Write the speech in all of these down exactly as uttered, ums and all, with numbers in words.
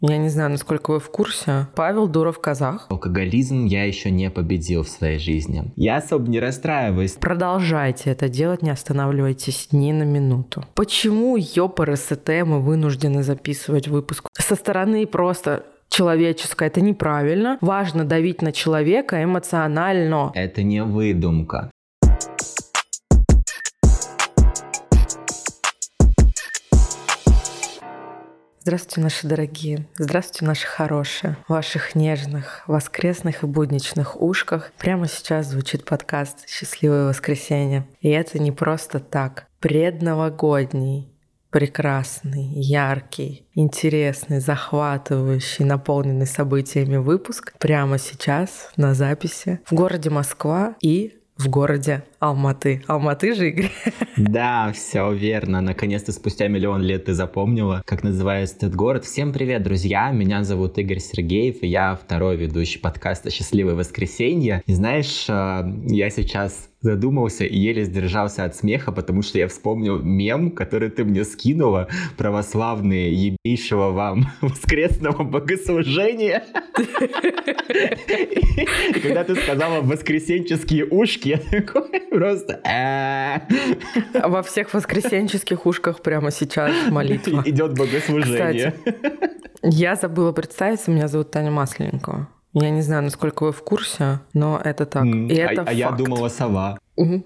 Я не знаю, насколько вы в курсе. Павел Дуров казах. Алкоголизм я еще не победил в своей жизни. Я особо не расстраиваюсь. Продолжайте это делать, не останавливайтесь ни на минуту. Почему ёпрст мы вынуждены записывать выпуск? Со стороны просто человеческое, это неправильно. Важно давить на человека эмоционально. Это не выдумка. Здравствуйте, наши дорогие. Здравствуйте, наши хорошие. В ваших нежных, воскресных и будничных ушках прямо сейчас звучит подкаст «Счастливое воскресенье». И это не просто так. Предновогодний, прекрасный, яркий, интересный, захватывающий, наполненный событиями выпуск прямо сейчас на записи в городе Москва и в городе Алматы. Алматы же, Игорь? Да, все верно. Наконец-то спустя миллион лет ты запомнила, как называется этот город. Всем привет, друзья. Меня зовут Игорь Сергеев, и я второй ведущий подкаста «Счастливое воскресенье». И знаешь, я сейчас задумался и еле сдержался от смеха, потому что я вспомнил мем, который ты мне скинула, православные, ебейшего вам воскресного богослужения. И когда ты сказала «воскресенческие ушки», я такой просто... Во всех воскресенческих ушках прямо сейчас молитва. Идет богослужение. Кстати, я забыла представиться, меня зовут Таня Масленникова. Я не знаю, насколько вы в курсе, но это так. Mm, И это а, факт. А я думала, сова. Ну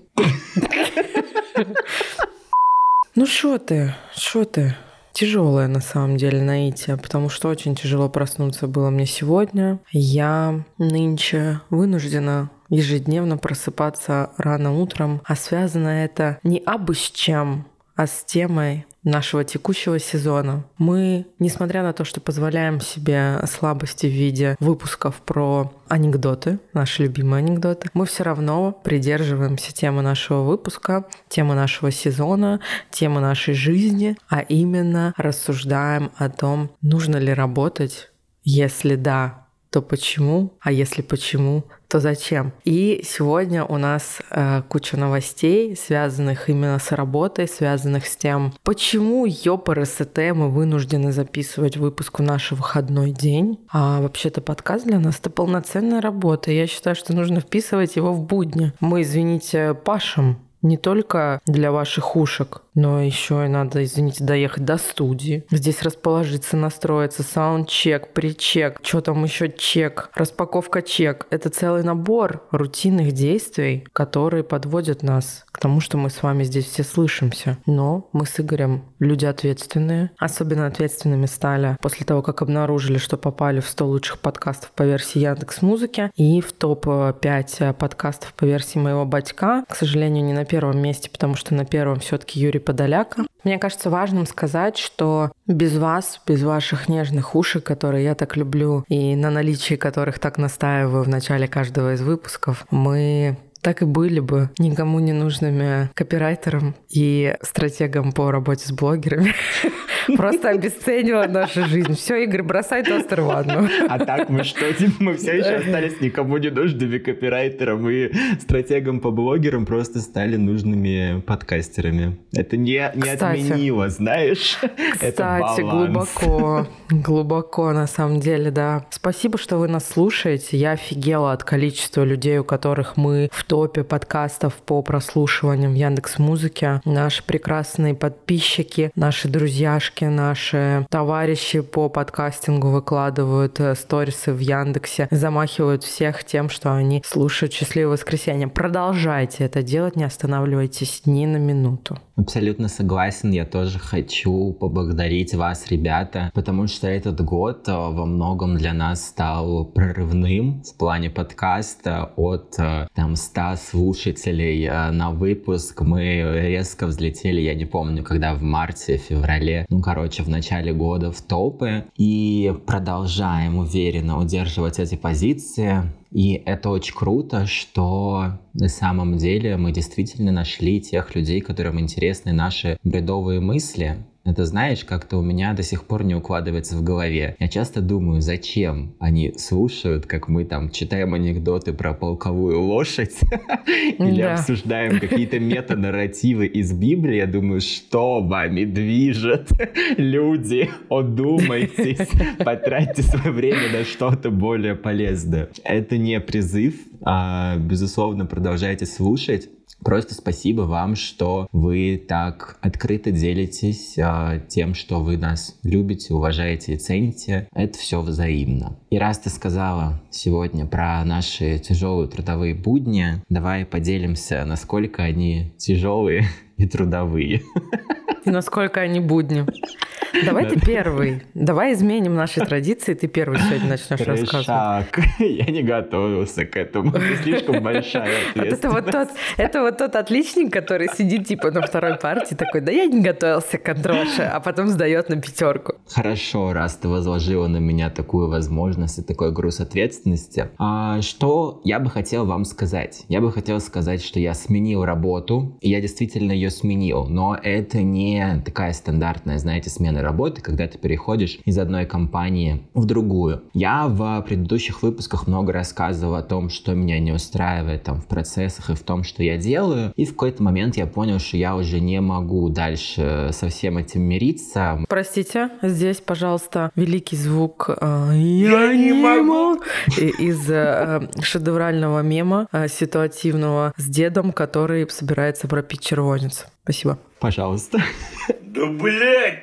шо ты, шо ты? Тяжелое на самом деле наитие, потому что очень тяжело проснуться было мне сегодня. Я нынче вынуждена ежедневно просыпаться рано утром, а связано это не абы с чем, а с темой нашего текущего сезона. Мы, несмотря на то, что позволяем себе слабости в виде выпусков про анекдоты, наши любимые анекдоты, мы все равно придерживаемся темы нашего выпуска, темы нашего сезона, темы нашей жизни, а именно рассуждаем о том, нужно ли работать, если да, то почему, а если почему, то зачем. И сегодня у нас э, куча новостей, связанных именно с работой, связанных с тем, почему ёпрст мы вынуждены записывать выпуск в наш выходной день. А вообще-то подкаст для нас — это полноценная работа. Я считаю, что нужно вписывать его в будни. Мы, извините, пашем не только для ваших ушек, но еще и надо, извините, доехать до студии. Здесь расположиться, настроиться, саундчек, причек, что там еще чек, распаковка чек. Это целый набор рутинных действий, которые подводят нас к тому, что мы с вами здесь все слышимся. Но мы с Игорем люди ответственные. Особенно ответственными стали после того, как обнаружили, что попали в сто лучших подкастов по версии Яндекс.Музыки и в топ пять подкастов по версии моего батька. К сожалению, не на первом месте, потому что на первом все-таки Юрий Подоляка. Мне кажется важным сказать, что без вас, без ваших нежных ушек, которые я так люблю и на наличии которых так настаиваю в начале каждого из выпусков, мы так и были бы никому не нужными копирайтером и стратегом по работе с блогерами. Просто обесценила нашу жизнь. Все, Игорь, бросай тостер в ванну. А так мы что? Мы все еще остались никому не нужными копирайтером и стратегом по блогерам, просто стали нужными подкастерами. Это не, не отменило, знаешь? Кстати, глубоко, глубоко на самом деле, да. Спасибо, что вы нас слушаете. Я офигела от количества людей, у которых мы в топе подкастов по прослушиваниям в Яндекс.Музыке. Наши прекрасные подписчики, наши друзьяшки, наши товарищи по подкастингу выкладывают сторисы в Яндексе, замахивают всех тем, что они слушают «Счастливое воскресенье». Продолжайте это делать, не останавливайтесь ни на минуту. Абсолютно согласен, я тоже хочу поблагодарить вас, ребята, потому что этот год во многом для нас стал прорывным в плане подкаста. От там ста слушателей на выпуск мы резко взлетели, я не помню, когда в марте, феврале, ну короче, в начале года в топы, и продолжаем уверенно удерживать эти позиции. И это очень круто, что на самом деле мы действительно нашли тех людей, которым интересны наши бредовые мысли. Это, знаешь, как-то у меня до сих пор не укладывается в голове. Я часто думаю, зачем они слушают, как мы там читаем анекдоты про полковую лошадь или Да. обсуждаем какие-то метанарративы из Библии. Я думаю, что вами движет? Люди, одумайтесь, потратьте свое время на что-то более полезное. Это не призыв, а, безусловно, продолжайте слушать. Просто спасибо вам, что вы так открыто делитесь а, тем, что вы нас любите, уважаете и цените. Это все взаимно. И раз ты сказала сегодня про наши тяжелые трудовые будни, давай поделимся, насколько они тяжелые и трудовые. И насколько они будни. Давай ты первый. Давай изменим наши традиции. Ты первый сегодня начнешь рассказывать. Шаг. Я не готовился к этому. Это слишком большая ответственность. Это вот тот, это вот тот отличник, который сидит типа на второй партии, такой, да я не готовился к Андроше, а потом сдает на пятерку. Хорошо, раз ты возложила на меня такую возможность и такой груз ответственности. А что я бы хотел вам сказать? Я бы хотел сказать, что я сменил работу, и я действительно ее сменил, но это не такая стандартная, знаете, смена работы, когда ты переходишь из одной компании в другую. Я в предыдущих выпусках много рассказывал о том, что меня не устраивает там в процессах и в том, что я делаю, и в какой-то момент я понял, что я уже не могу дальше со всем этим мириться. Простите, здесь, пожалуйста, великий звук э, «Я не могу» из э, шедеврального мема э, ситуативного с дедом, который собирается пропить червонец. Спасибо. Пожалуйста. Да, блядь,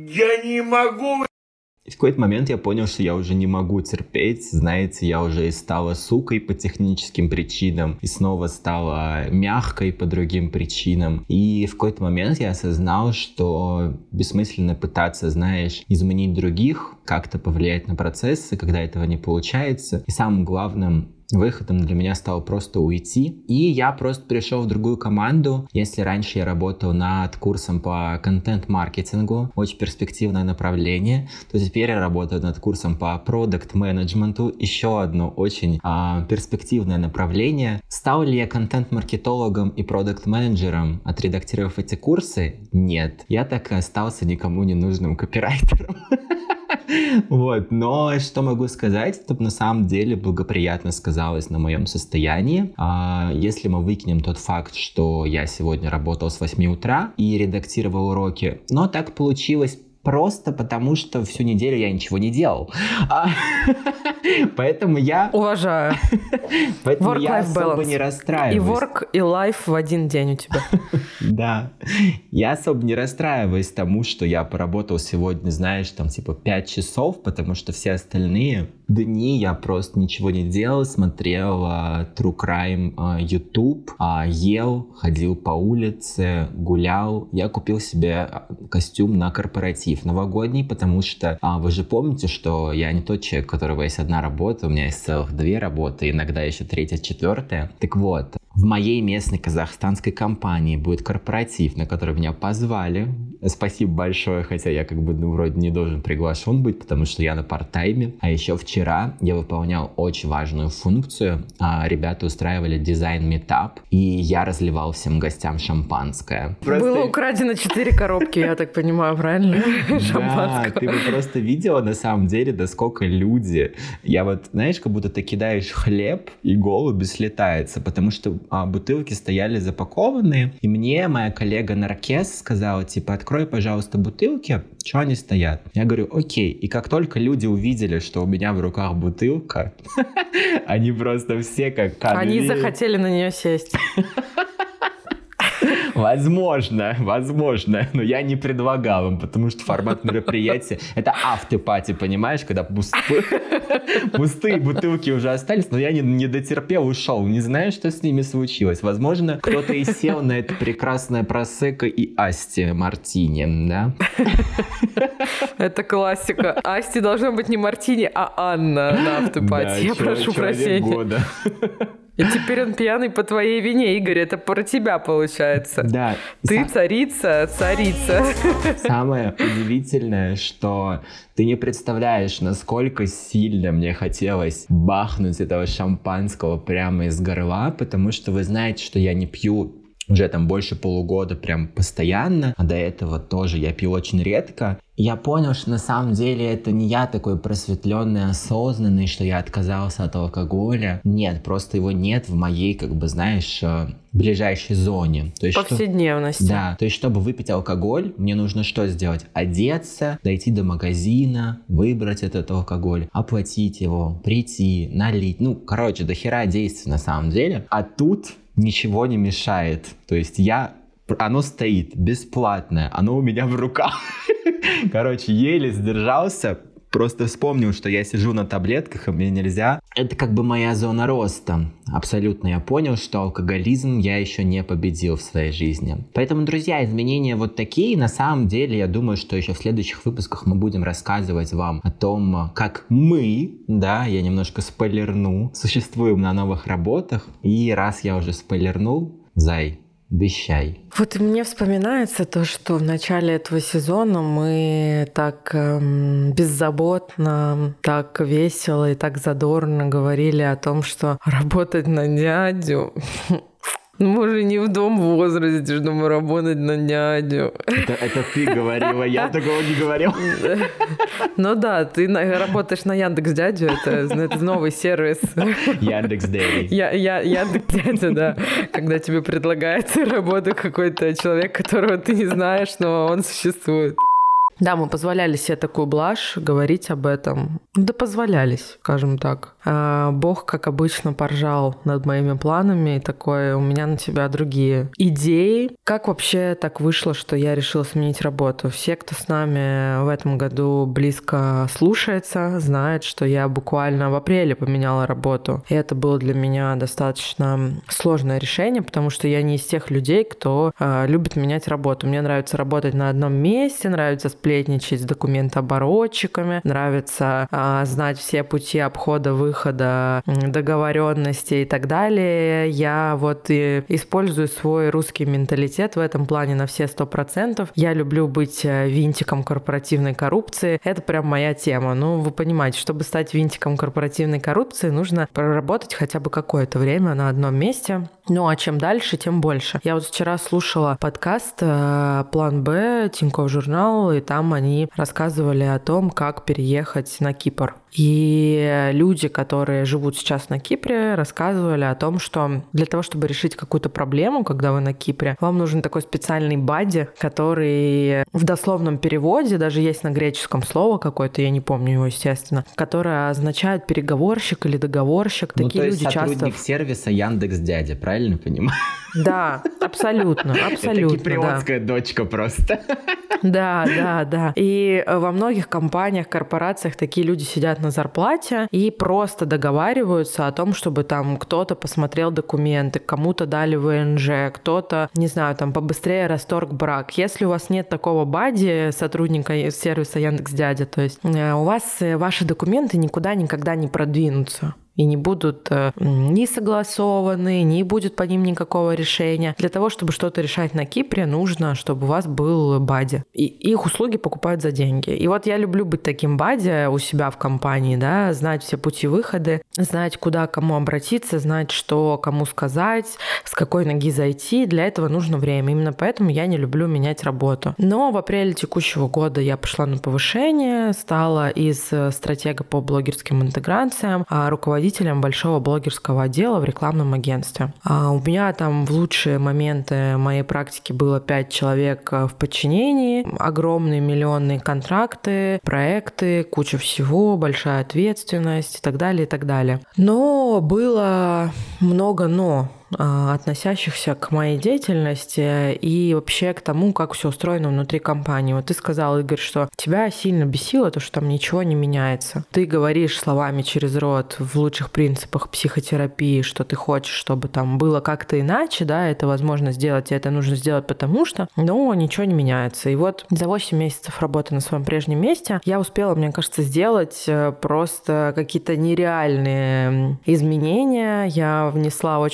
я не могу. И в какой-то момент я понял, что я уже не могу терпеть. Знаете, я уже и стала сукой по техническим причинам, и снова стала мягкой по другим причинам. И в какой-то момент я осознал, что бессмысленно пытаться, знаешь, изменить других, как-то повлиять на процессы, когда этого не получается. И самым главным выходом для меня стало просто уйти. И я просто перешел в другую команду. Если раньше я работал над курсом по контент-маркетингу, очень перспективное направление, то теперь я работаю над курсом по продакт-менеджменту, еще одно очень а, перспективное направление. Стал ли я контент-маркетологом и продакт-менеджером, отредактировав эти курсы? Нет. Я так и остался никому не нужным копирайтером. Вот, но что могу сказать, это на самом деле благоприятно сказалось на моем состоянии. А если мы выкинем тот факт, что я сегодня работал с восьми утра и редактировал уроки, но так получилось просто потому, что всю неделю я ничего не делал. А, поэтому я... Уважаю. Поэтому я особо balance. не расстраиваюсь. И work, и life в один день у тебя. Да. Я особо не расстраиваюсь тому, что я поработал сегодня, знаешь, там типа пять часов, потому что все остальные дни я просто ничего не делал, смотрел uh, True Crime uh, YouTube, uh, ел, ходил по улице, гулял. Я купил себе костюм на корпоратив новогодний, потому что uh, вы же помните, что я не тот человек, у которого есть одна работа, у меня есть целых две работы, иногда еще третья, четвертая. Так вот, в моей местной казахстанской компании будет корпоратив, на который меня позвали. Спасибо большое, хотя я как бы ну, вроде не должен приглашен быть, потому что я на парт-тайме. А еще вчера я выполнял очень важную функцию. А, ребята устраивали дизайн-митап, и я разливал всем гостям шампанское. Просто... Было украдено четыре коробки, я так понимаю, правильно? Шампанского. Да, ты бы просто видела на самом деле, да сколько люди. Я вот, знаешь, как будто ты кидаешь хлеб, и голуби слетаются, потому что а, бутылки стояли запакованные, и мне моя коллега Наркес сказала, типа, открой, пожалуйста, бутылки, что они стоят. Я говорю, окей. И как только люди увидели, что у меня в руках бутылка, они просто все как камели. Они захотели на нее сесть. Возможно, возможно, но я не предлагал им, потому что формат мероприятия — это автопати, понимаешь, когда пустые, пустые бутылки уже остались, но я не, не дотерпел, ушел, не знаю, что с ними случилось. Возможно, кто-то и сел на это прекрасное просекко и Асти Мартини, да? Это классика. Асти должно быть не Мартини, а Анна на автопати, да, я прошу прощения. Года. И теперь он пьяный по твоей вине, Игорь, это про тебя получается. Да. Ты Сам... царица, царица. Самое удивительное, что ты не представляешь, насколько сильно мне хотелось бахнуть этого шампанского прямо из горла, потому что вы знаете, что я не пью уже там больше полугода прям постоянно, а до этого тоже я пил очень редко. Я понял, что на самом деле это не я такой просветленный, осознанный, что я отказался от алкоголя. Нет, просто его нет в моей, как бы, знаешь, ближайшей зоне. То есть, повседневности. Что, да, то есть, чтобы выпить алкоголь, мне нужно что сделать? Одеться, дойти до магазина, выбрать этот алкоголь, оплатить его, прийти, налить. Ну, короче, до хера действий на самом деле. А тут ничего не мешает. То есть я... Оно стоит бесплатное, оно у меня в руках. Короче, еле сдержался. Просто вспомнил, что я сижу на таблетках, и мне нельзя. Это как бы моя зона роста. Абсолютно я понял, что алкоголизм я еще не победил в своей жизни. Поэтому, друзья, изменения вот такие. На самом деле, я думаю, что еще в следующих выпусках мы будем рассказывать вам о том, как мы, да, я немножко спойлерну, существуем на новых работах. И раз я уже спойлернул, Зай, обещай. Вот и мне вспоминается то, что в начале этого сезона мы так эм, беззаботно, так весело и так задорно говорили о том, что работать на дядю... Мы уже не в том возрасте, чтобы работать на дядю. Это, это ты говорила, я такого не говорил. Ну да, ты работаешь на Яндекс.Дядю, это, это новый сервис. Яндекс.Дядя. Я, я, Яндекс.Дядя, да. Когда тебе предлагает работу какой-то человек, которого ты не знаешь, но он существует. Да, мы позволяли себе такую блажь говорить об этом. Да позволялись, скажем так. А Бог, как обычно, поржал над моими планами и такой: у меня на тебя другие идеи. Как вообще так вышло, что я решила сменить работу? Все, кто с нами в этом году близко слушается, знают, что я буквально в апреле поменяла работу. И это было для меня достаточно сложное решение, потому что я не из тех людей, кто э, любит менять работу. Мне нравится работать на одном месте, нравится сплетничать с документооборотчиками, нравится э, знать все пути обхода, выхода, договоренности и так далее. Я вот и использую свой русский менталитет в этом плане на все сто процентов. Я люблю быть винтиком корпоративной коррупции. Это прям моя тема. Ну, вы понимаете, чтобы стать винтиком корпоративной коррупции, нужно проработать хотя бы какое-то время на одном месте. Ну, а чем дальше, тем больше. Я вот вчера слушала подкаст «План Б», Тинькофф журнал, и там они рассказывали о том, как переехать на Кипр. И люди, которые живут сейчас на Кипре, рассказывали о том, что для того, чтобы решить какую-то проблему, когда вы на Кипре, вам нужен такой специальный бадди, который в дословном переводе, даже есть на греческом слово какое-то, я не помню его, естественно, которое означает переговорщик или договорщик. Ну, Такие то есть люди сотрудник часто... сервиса Яндекс.Дядя, правильно понимаю? Да, абсолютно, абсолютно. Это киприотская да. дочка просто. Да, да, да. И во многих компаниях, корпорациях такие люди сидят на зарплате и просто договариваются о том, чтобы там кто-то посмотрел документы, кому-то дали вэ эн жэ, кто-то, не знаю, там побыстрее расторг брак. Если у вас нет такого бадди, сотрудника сервиса Яндекс.Дядя, то есть у вас ваши документы никуда никогда не продвинутся и не будут э, ни согласованы, не будет по ним никакого решения. Для того, чтобы что-то решать на Кипре, нужно, чтобы у вас был бадди. И их услуги покупают за деньги. И вот я люблю быть таким бадди у себя в компании, да, знать все пути выхода, знать, куда кому обратиться, знать, что кому сказать, с какой ноги зайти. Для этого нужно время. Именно поэтому я не люблю менять работу. Но в апреле текущего года я пошла на повышение, стала из стратега по блогерским интеграциям руководителем большого блогерского отдела в рекламном агентстве. А у меня там в лучшие моменты моей практики было пять человек в подчинении, огромные миллионные контракты, проекты, куча всего, большая ответственность и так далее, и так далее. Но было много «но», относящихся к моей деятельности и вообще к тому, как все устроено внутри компании. Вот ты сказал, Игорь, что тебя сильно бесило то, что там ничего не меняется. Ты говоришь словами через рот в лучших принципах психотерапии, что ты хочешь, чтобы там было как-то иначе, да, это возможно сделать, и это нужно сделать потому что, но ничего не меняется. И вот за восемь месяцев работы на своем прежнем месте я успела, мне кажется, сделать просто какие-то нереальные изменения. Я внесла очень много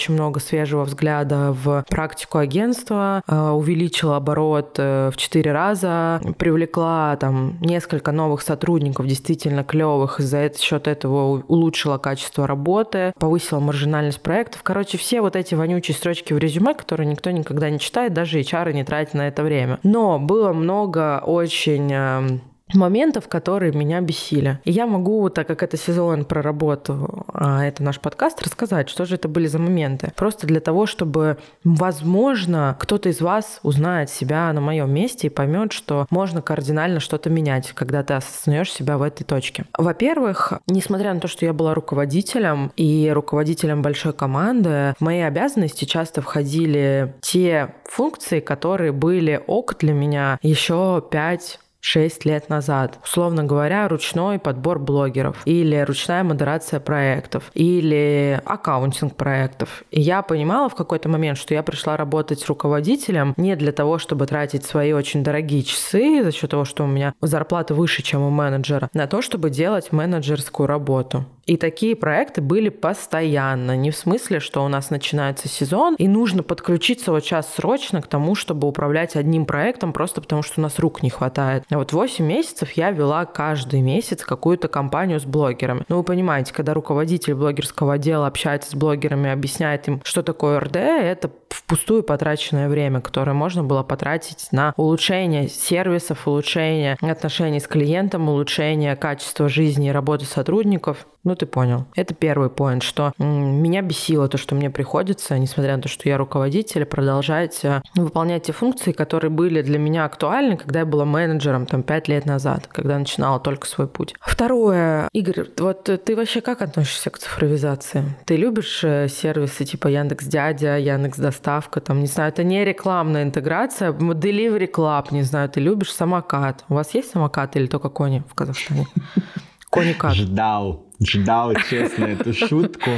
свежего взгляда в практику агентства, увеличила оборот в четыре раза, привлекла там несколько новых сотрудников, действительно клевых, из-за счет этого улучшила качество работы, повысила маржинальность проектов. Короче, все вот эти вонючие строчки в резюме, которые никто никогда не читает, даже эйч ар не тратит на это время. Но было много очень моментов, которые меня бесили. И я могу, так как это сезон про работу, а это наш подкаст, рассказать, что же это были за моменты. Просто для того, чтобы, возможно, кто-то из вас узнает себя на моем месте и поймет, что можно кардинально что-то менять, когда ты осознаешь себя в этой точке. Во-первых, несмотря на то, что я была руководителем и руководителем большой команды, в мои обязанности часто входили те функции, которые были ок для меня еще пять шесть лет назад. Условно говоря, ручной подбор блогеров или ручная модерация проектов или аккаунтинг проектов. И я понимала в какой-то момент, что я пришла работать руководителем не для того, чтобы тратить свои очень дорогие часы за счет того, что у меня зарплата выше, чем у менеджера, на то, чтобы делать менеджерскую работу. И такие проекты были постоянно. Не в смысле, что у нас начинается сезон, и нужно подключиться вот сейчас срочно к тому, чтобы управлять одним проектом, просто потому что у нас рук не хватает. А вот восемь месяцев я вела каждый месяц какую-то кампанию с блогерами. Ну, вы понимаете, когда руководитель блогерского отдела общается с блогерами, объясняет им, что такое эр дэ, это впустую потраченное время, которое можно было потратить на улучшение сервисов, улучшение отношений с клиентом, улучшение качества жизни и работы сотрудников. Ну, ты понял. Это первый поинт, что м- меня бесило то, что мне приходится, несмотря на то, что я руководитель, продолжать э, выполнять те функции, которые были для меня актуальны, когда я была менеджером там пять лет назад, когда начинала только свой путь. Второе. Игорь, вот ты вообще как относишься к цифровизации? Ты любишь э, сервисы типа Яндекс.Дядя, Яндекс.Доставка, там, не знаю, это не рекламная интеграция, Delivery Club, не знаю, ты любишь самокат. У вас есть самокат или только кони в Казахстане? Кони-кат. Ждал. Ждал, честно, эту шутку.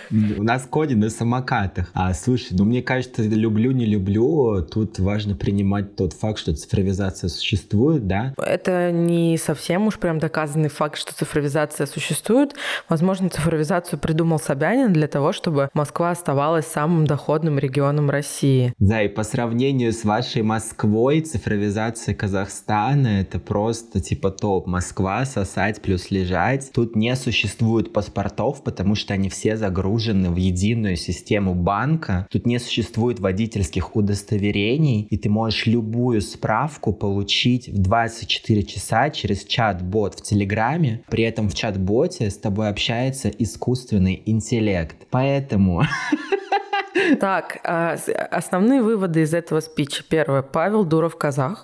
У нас кони на самокатах. А, слушай, ну мне кажется, люблю, не люблю, тут важно принимать тот факт, что цифровизация существует, да? Это не совсем уж прям доказанный факт, что цифровизация существует. Возможно, цифровизацию придумал Собянин для того, чтобы Москва оставалась самым доходным регионом России. Да, и по сравнению с вашей Москвой, цифровизация Казахстана — это просто типа топ. Москва, сосать плюс лежать. Тут не существует существует паспортов, потому что они все загружены в единую систему банка. Тут не существует водительских удостоверений, и ты можешь любую справку получить в двадцать четыре часа через чат-бот в Телеграме. При этом в чат-боте с тобой общается искусственный интеллект. Поэтому... Так, основные выводы из этого спича. Первое. Павел Дуров казах.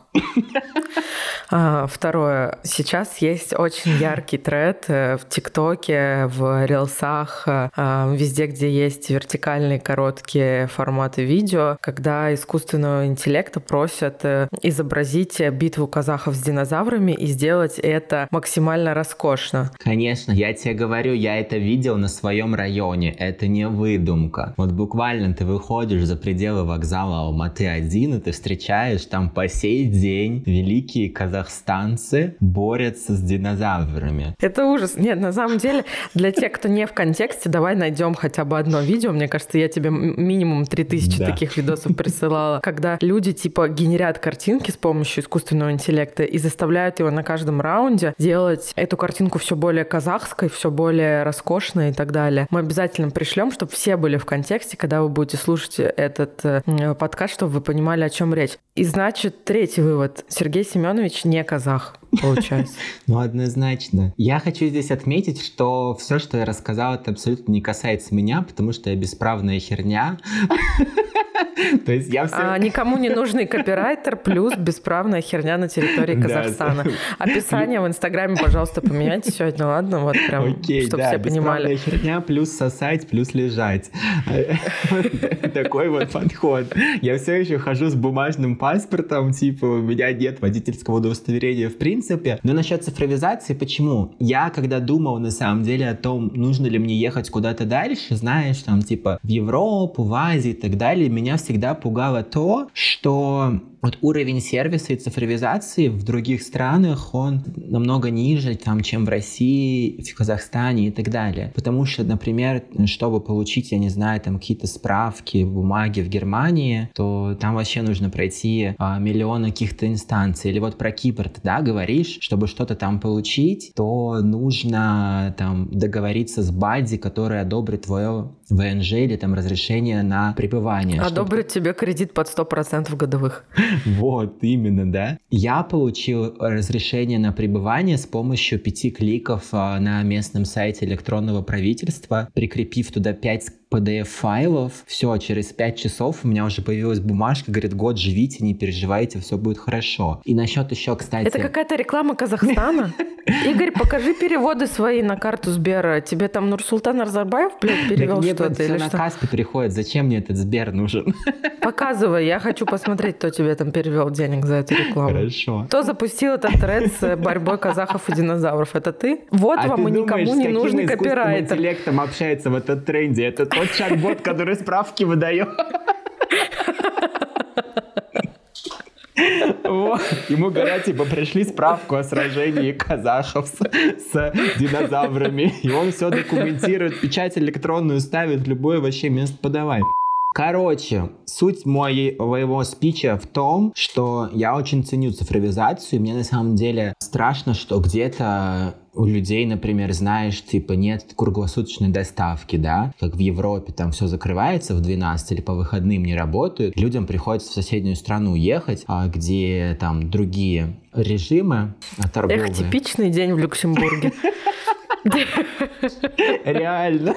Второе. Сейчас есть очень яркий тред в ТикТоке, в рилсах, везде, где есть вертикальные короткие форматы видео, когда искусственного интеллекта просят изобразить битву казахов с динозаврами и сделать это максимально роскошно. Конечно, я тебе говорю, я это видел на своем районе. Это не выдумка. Вот буквально ты выходишь за пределы вокзала Алматы один, и ты встречаешь там по сей день великие казахстанцы борются с динозаврами. Это ужас. Нет, на самом деле, для тех, кто не в контексте, давай найдем хотя бы одно видео. Мне кажется, я тебе минимум три тысячи да. таких видосов присылала, когда люди типа генерят картинки с помощью искусственного интеллекта и заставляют его на каждом раунде делать эту картинку все более казахской, все более роскошной и так далее. Мы обязательно пришлем, чтобы все были в контексте, когда вы будете слушать этот э, подкаст, чтобы вы понимали, о чем речь. И значит, третий вывод. Сергей Семенович не казах, получается. Ну, однозначно. Я хочу здесь отметить, что все, что я рассказал, это абсолютно не касается меня, потому что я бесправная херня. То есть я все... А, никому не нужный копирайтер плюс бесправная херня на территории Казахстана. Описание в Инстаграме, пожалуйста, поменяйте сегодня, ладно? Вот прям, Окей, чтобы да, все понимали. Бесправная херня плюс сосать плюс лежать. Такой вот подход. Я все еще хожу с бумажным паспортом, типа у меня нет водительского удостоверения в принципе. Но насчет цифровизации, почему? Я когда думал на самом деле о том, нужно ли мне ехать куда-то дальше, знаешь, там типа в Европу, в Азию и так далее, меня всегда пугало то, что вот уровень сервиса и цифровизации в других странах, он намного ниже, там, чем в России, в Казахстане и так далее. Потому что, например, чтобы получить, я не знаю, там какие-то справки, бумаги в Германии, то там вообще нужно пройти а, миллион каких-то инстанций. Или вот про Кипр ты, да, говоришь, чтобы что-то там получить, то нужно там договориться с Бадди, который одобрит твое ВНЖ или там разрешение на пребывание. Одобрит тебе кредит под сто процентов годовых. Вот, именно, да. Я получил разрешение на пребывание с помощью пяти кликов на местном сайте электронного правительства, прикрепив туда пять пи ди эф-файлов. Все, через пять часов у меня уже появилась бумажка, говорит, год живите, не переживайте, все будет хорошо. И насчет еще, кстати... Это какая-то реклама Казахстана? Игорь, покажи переводы свои на карту Сбера. Тебе там Нурсултан Назарбаев, блядь, перевел что-то или на что? Каспи приходит, зачем мне этот Сбер нужен? Показывай, я хочу посмотреть, кто тебе там перевел денег за эту рекламу. Хорошо. Кто запустил этот тред с борьбой казахов и динозавров? Это ты? Вот а вам и никому не нужный копирайтер. А ты интеллектом общается в этот тренде? Это тот чат-бот, который справки выдает. Вот. Ему говорят, типа, пришли справку о сражении казахов с, с динозаврами. И он все документирует, печать электронную ставит, в любое вообще место подавай. Короче, суть моего спича в том, что я очень ценю цифровизацию. Мне на самом деле страшно, что где-то у людей, например, знаешь, типа нет круглосуточной доставки, да, как в Европе, там все закрывается в двенадцать или по выходным не работают. Людям приходится в соседнюю страну ехать, где там другие режимы торговые. Эх, типичный день в Люксембурге. Реально.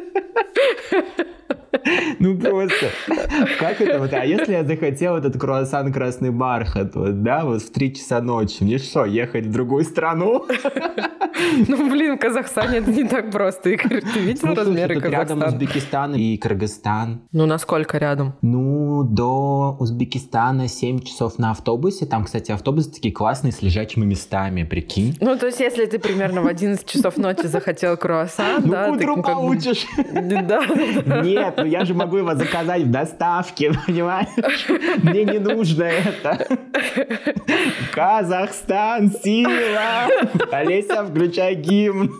Ну просто, как это вот, а если я захотел этот круассан красный бархат, вот, да, вот в три часа ночи, мне что, ехать в другую страну? Ну, блин, в Казахстане это не так просто, Игорь, ты видел ну, размеры слушай, Казахстана? Рядом Узбекистан и Кыргызстан. Ну, насколько рядом? Ну, до Узбекистана семь часов на автобусе, там, кстати, автобусы такие классные с лежачими местами, прикинь. Ну, то есть, если ты примерно в одиннадцать часов ночи захотел круассан, ну, да, к утру ты получишь. Да, да. Нет, ну я же могу его заказать в доставке, понимаешь? Мне не нужно это. Казахстан, сила! Олеся, включай гимн.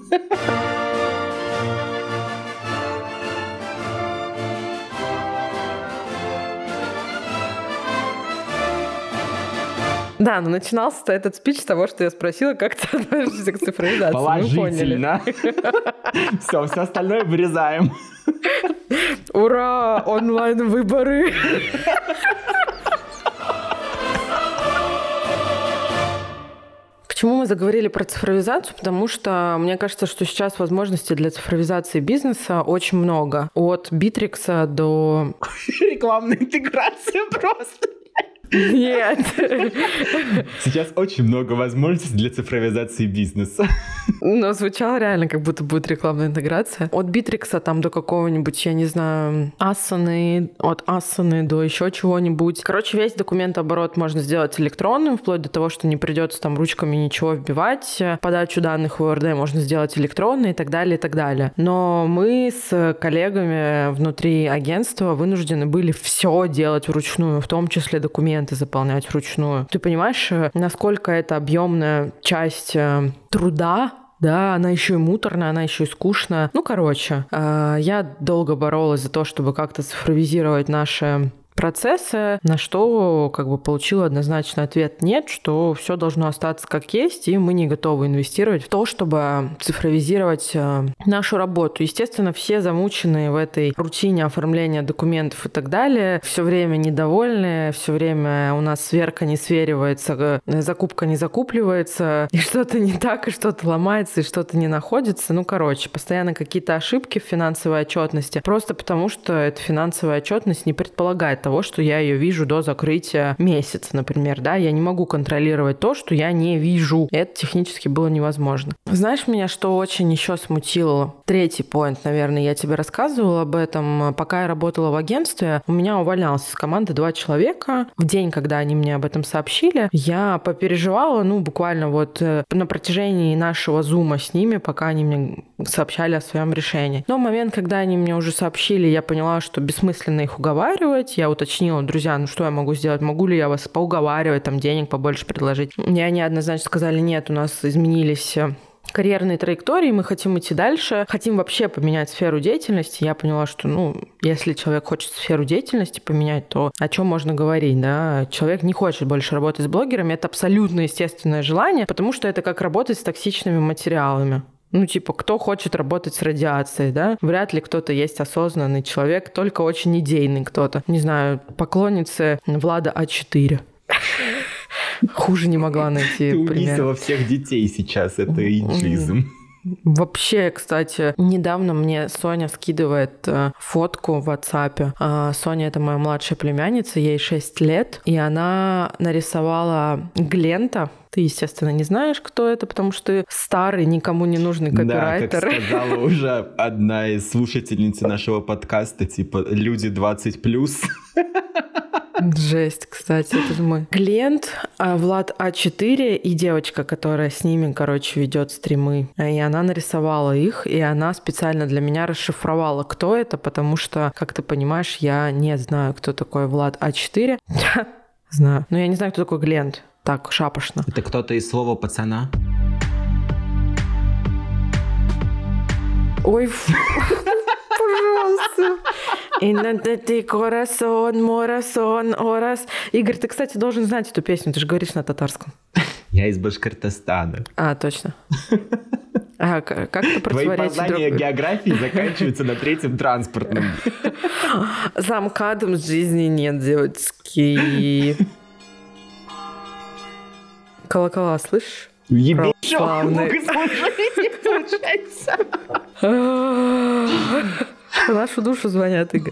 Да, но начинался этот спич с того, что я спросила, как ты относишься к цифровизации. Положительно. Все, все остальное вырезаем. Ура! Онлайн-выборы! Почему мы заговорили про цифровизацию? Потому что мне кажется, что сейчас возможностей для цифровизации бизнеса очень много. От Битрикса до... Рекламная интеграция просто. Нет. Сейчас очень много возможностей для цифровизации бизнеса. Но звучало реально, как будто будет рекламная интеграция. От Битрикса там до какого-нибудь, я не знаю, Asana, от Asana до еще чего-нибудь. Короче, весь документооборот можно сделать электронным, вплоть до того, что не придется там ручками ничего вбивать. Подачу данных в ОРД можно сделать электронной и так далее, и так далее. Но мы с коллегами внутри агентства вынуждены были все делать вручную, в том числе документы заполнять вручную. Ты понимаешь, насколько это объемная часть труда, да, она еще и муторная, она еще и скучная. Ну, короче, я долго боролась за то, чтобы как-то цифровизировать наши процессы, на что как бы получила однозначный ответ нет, что все должно остаться как есть, и мы не готовы инвестировать в то, чтобы цифровизировать нашу работу. Естественно, все замученные в этой рутине оформления документов и так далее, все время недовольны, все время у нас сверка не сверивается, закупка не закупливается, и что-то не так, и что-то ломается, и что-то не находится. Ну, короче, постоянно какие-то ошибки в финансовой отчетности, просто потому что эта финансовая отчетность не предполагает того, что я ее вижу до закрытия месяца, например, да, я не могу контролировать то, что я не вижу. Это технически было невозможно. Знаешь, меня что очень еще смутило? Третий поинт, наверное, я тебе рассказывала об этом. Пока я работала в агентстве, у меня увольнялось из команды два человека. В день, когда они мне об этом сообщили, я попереживала, ну, буквально вот на протяжении нашего зума с ними, пока они мне сообщали о своем решении. Но в момент, когда они мне уже сообщили, я поняла, что бессмысленно их уговаривать, я уточнила: друзья, ну что я могу сделать? Могу ли я вас поуговаривать, там денег побольше предложить? И они однозначно сказали: нет, у нас изменились карьерные траектории, мы хотим идти дальше, хотим вообще поменять сферу деятельности. Я поняла, что, ну, если человек хочет сферу деятельности поменять, то о чем можно говорить, да? Человек не хочет больше работать с блогерами, это абсолютно естественное желание, потому что это как работать с токсичными материалами. Ну, типа, кто хочет работать с радиацией, да? Вряд ли кто-то есть осознанный человек, только очень идейный кто-то. Не знаю, поклонницы Влада А четыре. Хуже не могла найти пример. Ты пример. унизила всех детей сейчас, это эйджизм. Вообще, кстати, недавно мне Соня скидывает э, фотку в WhatsApp. Э, Соня — это моя младшая племянница, ей шесть лет, и она нарисовала Глента. Ты, естественно, не знаешь, кто это, потому что ты старый, никому не нужный копирайтер. Да, как сказала уже одна из слушательниц нашего подкаста, типа, люди двадцать плюс. Жесть, кстати, это же мой. Глент, Влад А четыре и девочка, которая с ними, короче, ведет стримы. И она нарисовала их, и она специально для меня расшифровала, кто это, потому что, как ты понимаешь, я не знаю, кто такой Влад А четыре. Знаю. Но я не знаю, кто такой Глент. Так, шапошно. Это кто-то из слова пацана? Ой, пожалуйста. Иннадати корасон, морасон, орас. Игорь, ты, кстати, должен знать эту песню, ты же говоришь на татарском. Я из Башкортостана. А, точно. А, как это противоречит? Твои познания друг... географии заканчиваются на третьем транспортном. За МКАДом жизни нет, девочки. Колокола, слышишь? Ебись, что могу слушать, получается. В нашу душу звонят, Игорь.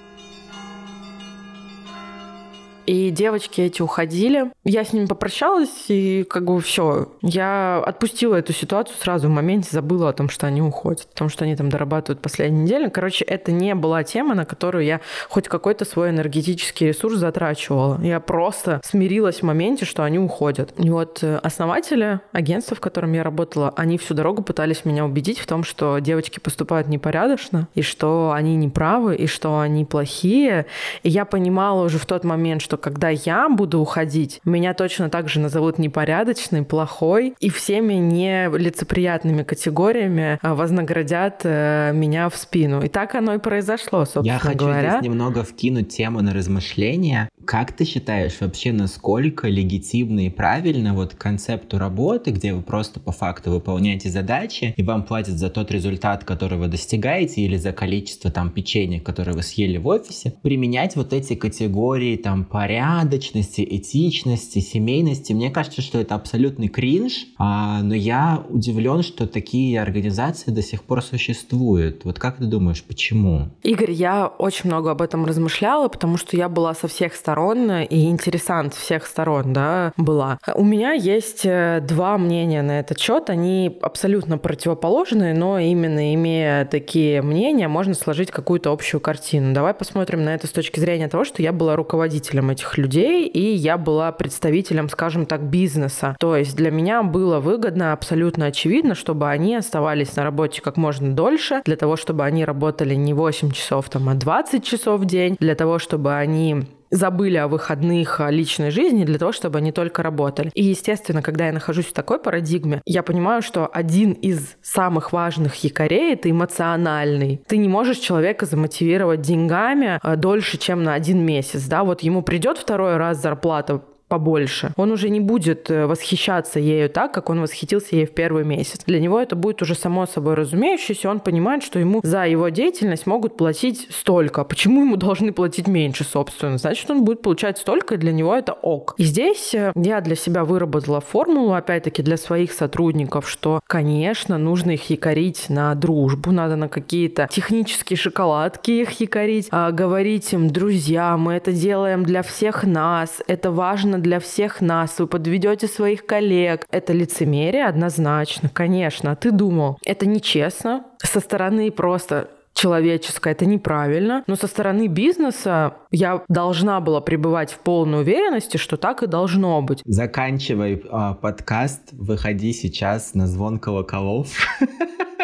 И девочки эти уходили. Я с ними попрощалась, и как бы все. Я отпустила эту ситуацию сразу в моменте, забыла о том, что они уходят. Потому что они там дорабатывают последнюю неделю. Короче, это не была тема, на которую я хоть какой-то свой энергетический ресурс затрачивала. Я просто смирилась в моменте, что они уходят. И вот основатели агентства, в котором я работала, они всю дорогу пытались меня убедить в том, что девочки поступают непорядочно, и что они неправы, и что они плохие. И я понимала уже в тот момент, что когда я буду уходить, меня точно так же назовут непорядочной, плохой, и всеми нелицеприятными категориями вознаградят меня в спину. И так оно и произошло, собственно Я хочу говоря. здесь немного вкинуть тему на размышления. Как ты считаешь вообще, насколько легитимно и правильно вот концепту работы, где вы просто по факту выполняете задачи, и вам платят за тот результат, который вы достигаете, или за количество там печенья, которые вы съели в офисе, применять вот эти категории там порядочности, этичности, семейности? Мне кажется, что это абсолютный кринж, а, но я удивлен, что такие организации до сих пор существуют. Вот как ты думаешь, почему? Игорь, я очень много об этом размышляла, потому что я была со всех сторон и интересант всех сторон, да, была. У меня есть два мнения на этот счет, они абсолютно противоположные, но именно имея такие мнения, можно сложить какую-то общую картину. Давай посмотрим на это с точки зрения того, что я была руководителем этих людей, и я была представителем, скажем так, бизнеса. То есть для меня было выгодно, абсолютно очевидно, чтобы они оставались на работе как можно дольше, для того, чтобы они работали не восемь часов, там, а двадцать часов в день, для того, чтобы они забыли о выходных, о личной жизни для того, чтобы они только работали. И, естественно, когда я нахожусь в такой парадигме, я понимаю, что один из самых важных якорей — это эмоциональный. Ты не можешь человека замотивировать деньгами дольше, чем на один месяц. Да? Вот ему придет второй раз зарплата побольше, он уже не будет восхищаться ею так, как он восхитился ей в первый месяц. Для него это будет уже само собой разумеющееся, он понимает, что ему за его деятельность могут платить столько. Почему ему должны платить меньше, собственно? Значит, он будет получать столько, и для него это ок. И здесь я для себя выработала формулу, опять-таки, для своих сотрудников, что, конечно, нужно их якорить на дружбу, надо на какие-то технические шоколадки их якорить, а говорить им: друзья, мы это делаем для всех нас, это важно для всех нас, вы подведете своих коллег. Это лицемерие однозначно, конечно. Ты думал, это нечестно, со стороны просто человеческое, это неправильно, но со стороны бизнеса я должна была пребывать в полной уверенности, что так и должно быть. Заканчивай э, подкаст, выходи сейчас на звон колоколов.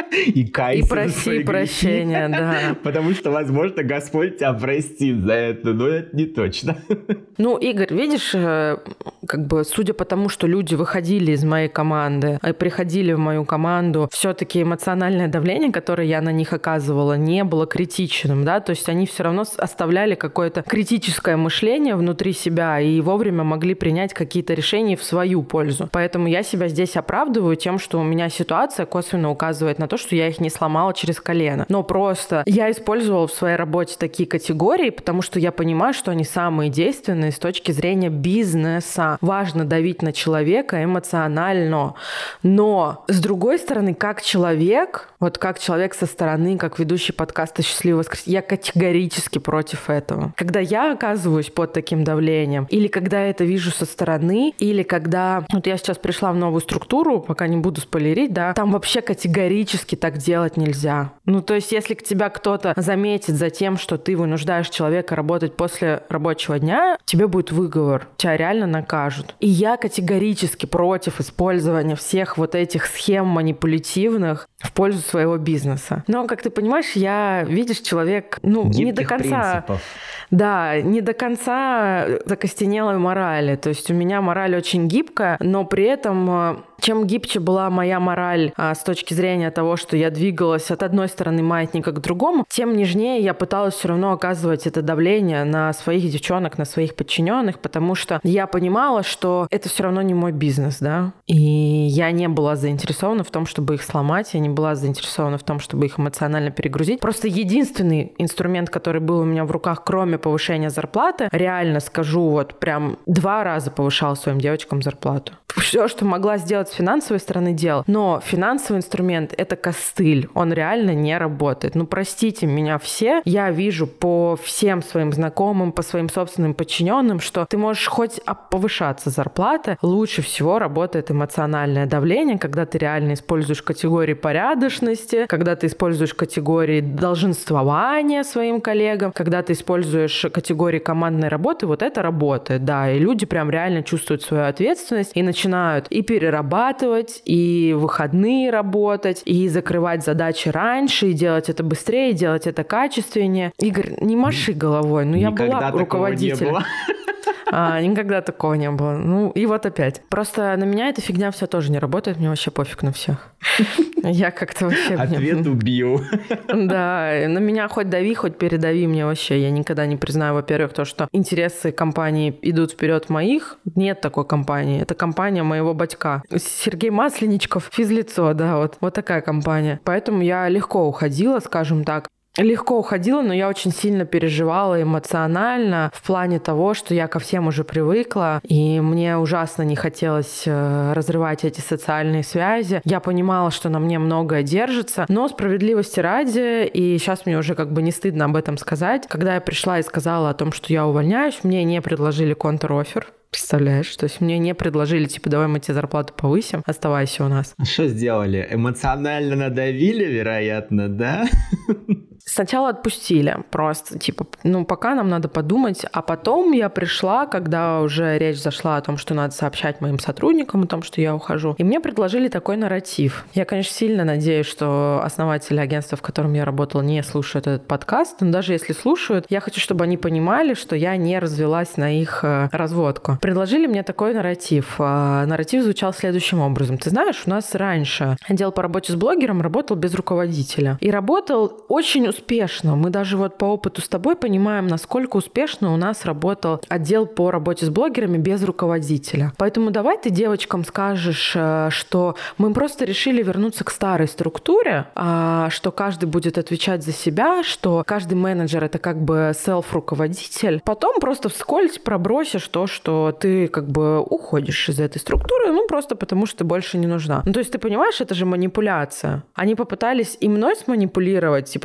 И кайся И проси прощения, да. Потому что, возможно, Господь тебя простит за это, но это не точно. Ну, Игорь, видишь, как бы, судя по тому, что люди выходили из моей команды и приходили в мою команду, все-таки эмоциональное давление, которое я на них оказывала, не было критичным, да, то есть они все равно оставляли какое-то критическое мышление внутри себя и вовремя могли принять какие-то решения в свою пользу. Поэтому я себя здесь оправдываю тем, что у меня ситуация косвенно указывает на то, что я их не сломала через колено. Но просто я использовала в своей работе такие категории, потому что я понимаю, что они самые действенные с точки зрения бизнеса. Важно давить на человека эмоционально. Но, с другой стороны, как человек, вот как человек со стороны, как ведущий подкаста «Счастливое воскресенье», я категорически против этого. Когда я оказываюсь под таким давлением, или когда я это вижу со стороны, или когда... Вот я сейчас пришла в новую структуру, пока не буду спойлерить, да, там вообще категорически так делать нельзя. Ну, то есть, если к тебя кто-то заметит за тем, что ты вынуждаешь человека работать после рабочего дня, тебе будет выговор, тебя реально накажут. И я категорически против использования всех вот этих схем манипулятивных в пользу своего бизнеса. Но, как ты понимаешь, я, видишь, человек, ну, гибких не до конца... принципов. Да, не до конца закостенелой морали. То есть у меня мораль очень гибкая, но при этом... Чем гибче была моя мораль а, с точки зрения того, что я двигалась от одной стороны маятника к другому, тем нежнее я пыталась все равно оказывать это давление на своих девчонок, на своих подчиненных, потому что я понимала, что это все равно не мой бизнес, да, и я не была заинтересована в том, чтобы их сломать, я не была заинтересована в том, чтобы их эмоционально перегрузить. Просто единственный инструмент, который был у меня в руках, кроме повышения зарплаты, реально скажу, вот прям два раза повышала своим девочкам зарплату. Все, что могла сделать с финансовой стороны, дел. Но финансовый инструмент — это костыль. Он реально не работает. Ну, простите меня все. Я вижу по всем своим знакомым, по своим собственным подчиненным, что ты можешь хоть повышаться зарплаты. Лучше всего работает эмоциональное давление, когда ты реально используешь категории порядочности, когда ты используешь категории долженствования своим коллегам, когда ты используешь категории командной работы. Вот это работает, да. И люди прям реально чувствуют свою ответственность и начинают и перерабатывать, и в выходные работать, и закрывать задачи раньше, и делать это быстрее, и делать это качественнее. Игорь, не маши головой. Ну, я была руководителем. А, никогда такого не было. Ну, и вот опять. Просто на меня эта фигня вся тоже не работает, мне вообще пофиг на всех. Я как-то вообще... Ответ убил. Да, на меня хоть дави, хоть передави, мне вообще. Я никогда не признаю, во-первых, то, что интересы компании идут вперед моих. Нет такой компании. Это компания моего батька. Сергей Масленичков, физлицо, да, вот. Вот такая компания. Поэтому я легко уходила, скажем так. Легко уходила, но я очень сильно переживала эмоционально в плане того, что я ко всем уже привыкла, и мне ужасно не хотелось разрывать эти социальные связи. Я понимала, что на мне многое держится, но справедливости ради, и сейчас мне уже как бы не стыдно об этом сказать, когда я пришла и сказала о том, что я увольняюсь, мне не предложили контр-оффер. Представляешь? То есть мне не предложили, типа, давай мы тебе зарплату повысим, оставайся у нас. А что сделали? Эмоционально надавили, вероятно, да? Сначала отпустили просто, типа, ну, пока нам надо подумать. А потом я пришла, когда уже речь зашла о том, что надо сообщать моим сотрудникам о том, что я ухожу. И мне предложили такой нарратив. Я, конечно, сильно надеюсь, что основатели агентства, в котором я работала, не слушают этот подкаст. Но даже если слушают, я хочу, чтобы они понимали, что я не развелась на их разводку. Предложили мне такой нарратив. Нарратив звучал следующим образом. Ты знаешь, у нас раньше отдел по работе с блогером работал без руководителя. И работал очень успешно. Успешно. Мы даже вот по опыту с тобой понимаем, насколько успешно у нас работал отдел по работе с блогерами без руководителя. Поэтому давай ты девочкам скажешь, что мы просто решили вернуться к старой структуре, что каждый будет отвечать за себя, что каждый менеджер — это как бы селф-руководитель. Потом просто вскользь пробросишь то, что ты как бы уходишь из этой структуры, ну просто потому, что ты больше не нужна. Ну то есть ты понимаешь, это же манипуляция. Они попытались и мной сманипулировать, типа сказать,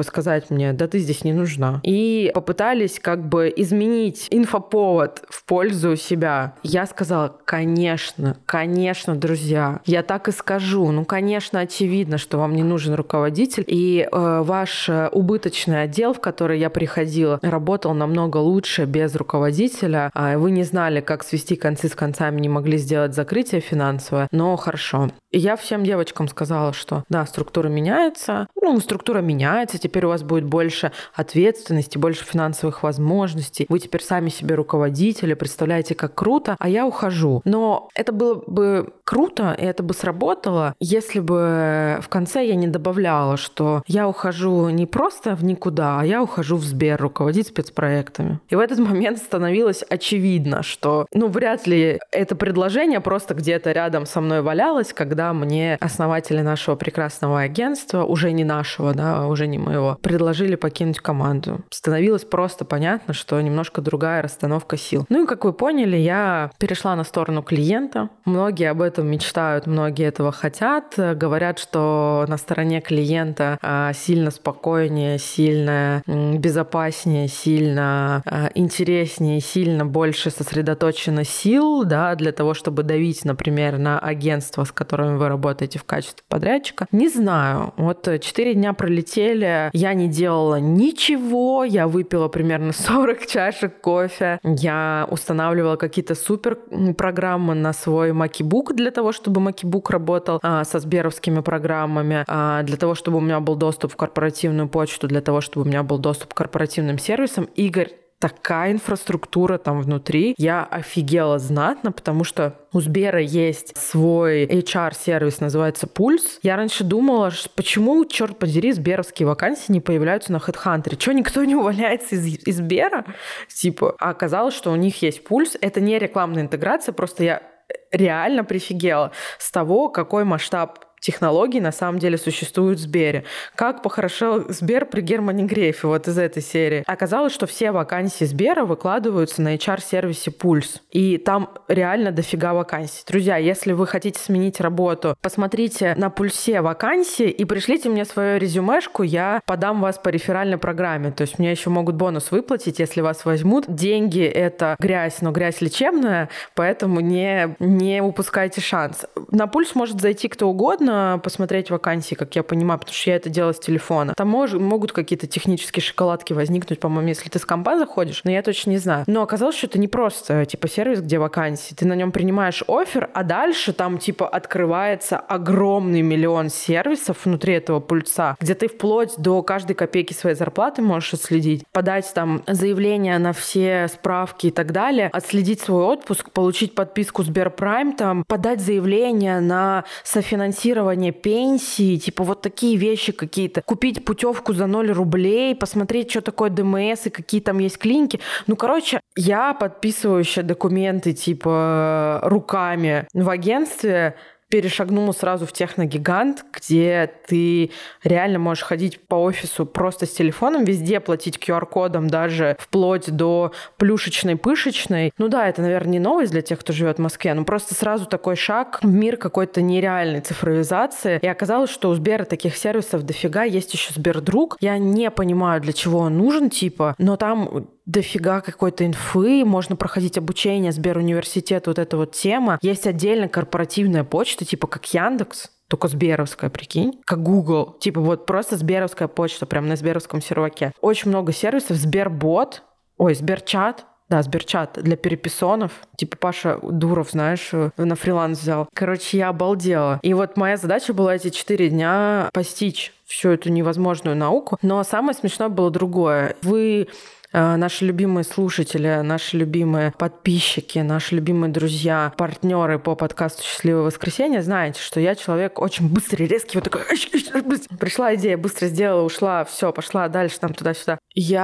сказать мне: да ты здесь не нужна. И попытались как бы изменить инфоповод в пользу себя. Я сказала: конечно, конечно, друзья, я так и скажу. Ну, конечно, очевидно, что вам не нужен руководитель. И э, ваш убыточный отдел, в который я приходила, работал намного лучше без руководителя. Вы не знали, как свести концы с концами, не могли сделать закрытие финансовое, но хорошо. И я всем девочкам сказала, что да, структура меняется, ну, структура меняется, теперь у вас будет больше ответственности, больше финансовых возможностей, вы теперь сами себе руководители, представляете, как круто, а я ухожу. Но это было бы круто, и это бы сработало, если бы в конце я не добавляла, что я ухожу не просто в никуда, а я ухожу в Сбер руководить спецпроектами. И в этот момент становилось очевидно, что, ну, вряд ли это предложение просто где-то рядом со мной валялось, когда мне основатели нашего прекрасного агентства, уже не нашего, да, уже не моего, предложили покинуть команду. Становилось просто понятно, что немножко другая расстановка сил. Ну и, как вы поняли, я перешла на сторону клиента. Многие об этом мечтают, многие этого хотят. Говорят, что на стороне клиента сильно спокойнее, сильно безопаснее, сильно интереснее, сильно больше сосредоточено сил, да, для того, чтобы давить, например, на агентство, с которым вы работаете в качестве подрядчика. Не знаю. Вот четыре дня пролетели, я не делала ничего, я выпила примерно сорок чашек кофе, я устанавливала какие-то супер программы на свой MacBook для того, чтобы MacBook работал а, со сберовскими программами, а, для того, чтобы у меня был доступ в корпоративную почту, для того, чтобы у меня был доступ к корпоративным сервисам. Игорь, такая инфраструктура там внутри. Я офигела знатно, потому что у Сбера есть свой эйч ар-сервис, называется Пульс. Я раньше думала, почему, черт подери, сберовские вакансии не появляются на HeadHunter? Чего никто не увольняется из, из Сбера? Типа, а оказалось, что у них есть Пульс. Это не рекламная интеграция, просто я реально прифигела с того, какой масштаб технологий на самом деле существуют в Сбере. Как похорошел Сбер при Германе Грефе, вот из этой серии. Оказалось, что все вакансии Сбера выкладываются на эйч ар-сервисе Пульс. И там реально дофига вакансий. Друзья, если вы хотите сменить работу, посмотрите на Пульсе вакансии и пришлите мне свою резюмешку, я подам вас по реферальной программе. То есть мне еще могут бонус выплатить, если вас возьмут. Деньги — это грязь, но грязь лечебная, поэтому не, не упускайте шанс. На Пульс может зайти кто угодно, посмотреть вакансии, как я понимаю, потому что я это делала с телефона. Там мож, могут какие-то технические шоколадки возникнуть, по-моему, если ты с компа заходишь, но я точно не знаю. Но оказалось, что это не просто типа сервис, где вакансии. Ты на нем принимаешь оффер, а дальше там типа открывается огромный миллион сервисов внутри этого Пульса, где ты вплоть до каждой копейки своей зарплаты можешь отследить, подать там заявление на все справки и так далее, отследить свой отпуск, получить подписку Сберпрайм, там, подать заявление на софинансирование пенсии, типа вот такие вещи какие-то. Купить путевку за ноль рублей, посмотреть, что такое ДМС и какие там есть клиники. Ну, короче, я, подписывающая документы типа руками в агентстве, перешагнула сразу в техногигант, где ты реально можешь ходить по офису просто с телефоном, везде платить ку ар-кодом, даже вплоть до плюшечной-пышечной. Ну да, это, наверное, не новость для тех, кто живет в Москве, но просто сразу такой шаг в мир какой-то нереальной цифровизации. И оказалось, что у Сбера таких сервисов дофига. Есть еще Сбердруг. Я не понимаю, для чего он нужен, типа, но там дофига какой-то инфы, можно проходить обучение, Сберуниверситет, вот эта вот тема. Есть отдельно корпоративная почта, типа как Яндекс, только сберовская, прикинь, как Google. Типа вот просто сберовская почта, прям на сберовском серваке. Очень много сервисов. Сбербот, ой, Сберчат, да, Сберчат для переписонов. Типа Паша Дуров, знаешь, на фриланс взял. Короче, я обалдела. И вот моя задача была эти четыре дня постичь всю эту невозможную науку. Но самое смешное было другое. Вы... Наши любимые слушатели, наши любимые подписчики, наши любимые друзья, партнеры по подкасту «Счастливое воскресенье», знаете, что я человек очень быстрый, резкий, вот такой... Пришла идея, быстро сделала, ушла, все, пошла дальше, там, туда-сюда.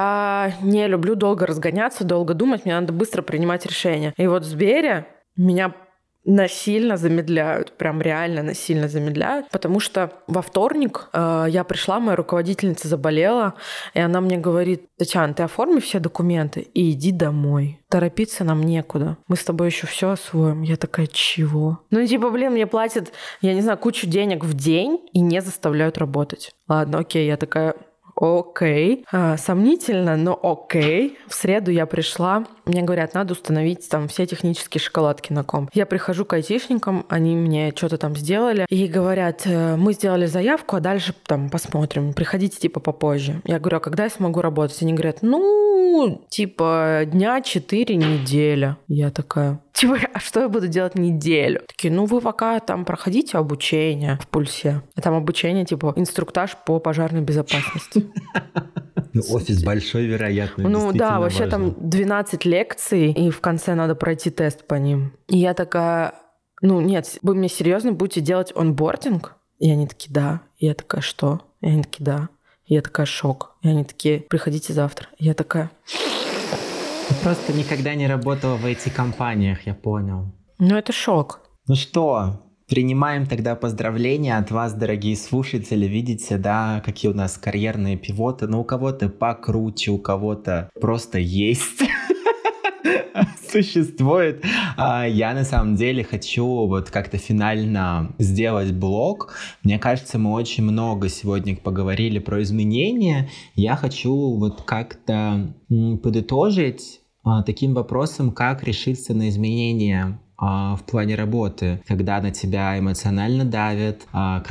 Я не люблю долго разгоняться, долго думать, мне надо быстро принимать решения. И вот в Сбере меня насильно замедляют, прям реально насильно замедляют, потому что во вторник э, я пришла, моя руководительница заболела, и она мне говорит: Татьяна, ты оформи все документы и иди домой. Торопиться нам некуда. Мы с тобой еще все освоим. Я такая: чего? Ну, типа, блин, мне платят, я не знаю, кучу денег в день и не заставляют работать. Ладно, окей, я такая... окей. А, сомнительно, но окей. В среду я пришла, мне говорят, надо установить там все технические шоколадки на комп. Я прихожу к айтишникам, они мне что-то там сделали, и говорят, мы сделали заявку, а дальше там посмотрим, приходите типа попозже. Я говорю, а когда я смогу работать? Они говорят, ну, типа дня четыре, неделя. Я такая, типа, а что я буду делать неделю? Такие, ну вы пока там проходите обучение в Пульсе. А там обучение, типа, инструктаж по пожарной безопасности. Ну, офис большой, вероятно. Ну да, вообще там двенадцать лекций, и в конце надо пройти тест по ним. И я такая, ну нет, вы мне серьезно будете делать онбординг? И они такие, да. И я такая, что? И они такие, да. И я такая, шок. И они такие, приходите завтра. И я такая... Ты просто никогда не работала в ай ти-компаниях, я понял. Ну это шок. Ну что, принимаем тогда поздравления от вас, дорогие слушатели. Видите, да, какие у нас карьерные пивоты. Ну, у кого-то покруче, у кого-то просто есть, существует. Я на самом деле хочу вот как-то финально сделать блог. Мне кажется, мы очень много сегодня поговорили про изменения. Я хочу вот как-то подытожить таким вопросом, как решиться на изменения в плане работы, когда на тебя эмоционально давят,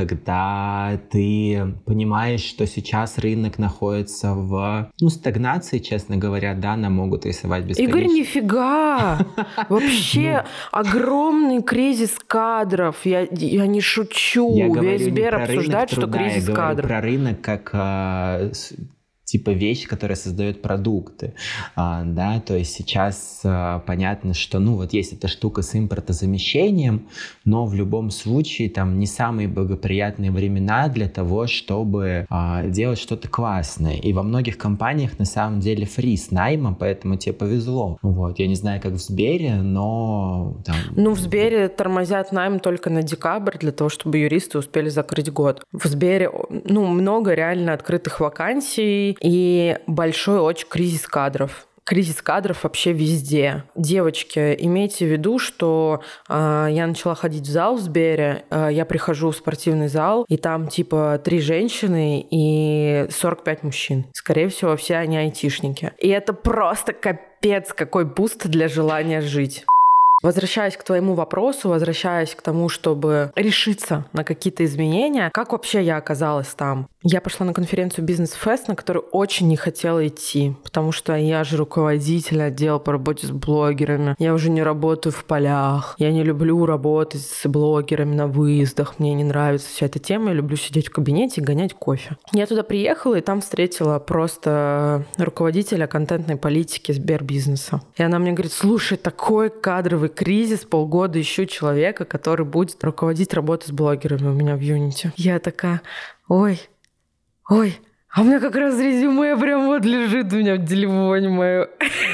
когда ты понимаешь, что сейчас рынок находится в ну, стагнации, честно говоря, да, нам могут рисовать бесконечно. Игорь, нифига! Вообще огромный кризис кадров. Я, я не шучу. Весь Сбер обсуждает, что кризис кадров. Я говорю про рынок как... типа вещь, которая создает продукты, а, да, то есть сейчас а, понятно, что, ну, вот есть эта штука с импортозамещением, но в любом случае там не самые благоприятные времена для того, чтобы а, делать что-то классное, и во многих компаниях на самом деле фриз найма, поэтому тебе повезло, вот, я не знаю, как в Сбере, но... Там... Ну, в Сбере тормозят найм только на декабрь для того, чтобы юристы успели закрыть год. В Сбере, ну, много реально открытых вакансий, и большой очень кризис кадров. Кризис кадров вообще везде. Девочки, имейте в виду, что э, я начала ходить в зал в Сбере, э, я прихожу в спортивный зал, и там типа три женщины и сорок пять мужчин. Скорее всего, все они айтишники. И это просто капец какой буст для желания жить. Возвращаясь к твоему вопросу, возвращаясь к тому, чтобы решиться на какие-то изменения, как вообще я оказалась там? Я пошла на конференцию Business Fest, на которую очень не хотела идти, потому что я же руководитель отдела по работе с блогерами. Я уже не работаю в полях. Я не люблю работать с блогерами на выездах. Мне не нравится вся эта тема. Я люблю сидеть в кабинете и гонять кофе. Я туда приехала и там встретила просто руководителя контентной политики Сбербизнеса. И она мне говорит, слушай, такой кадровый кризис, полгода ищу человека, который будет руководить работой с блогерами у меня в Unity. Я такая, ой, ой, а у меня как раз резюме прям вот лежит у меня в телефоне моё.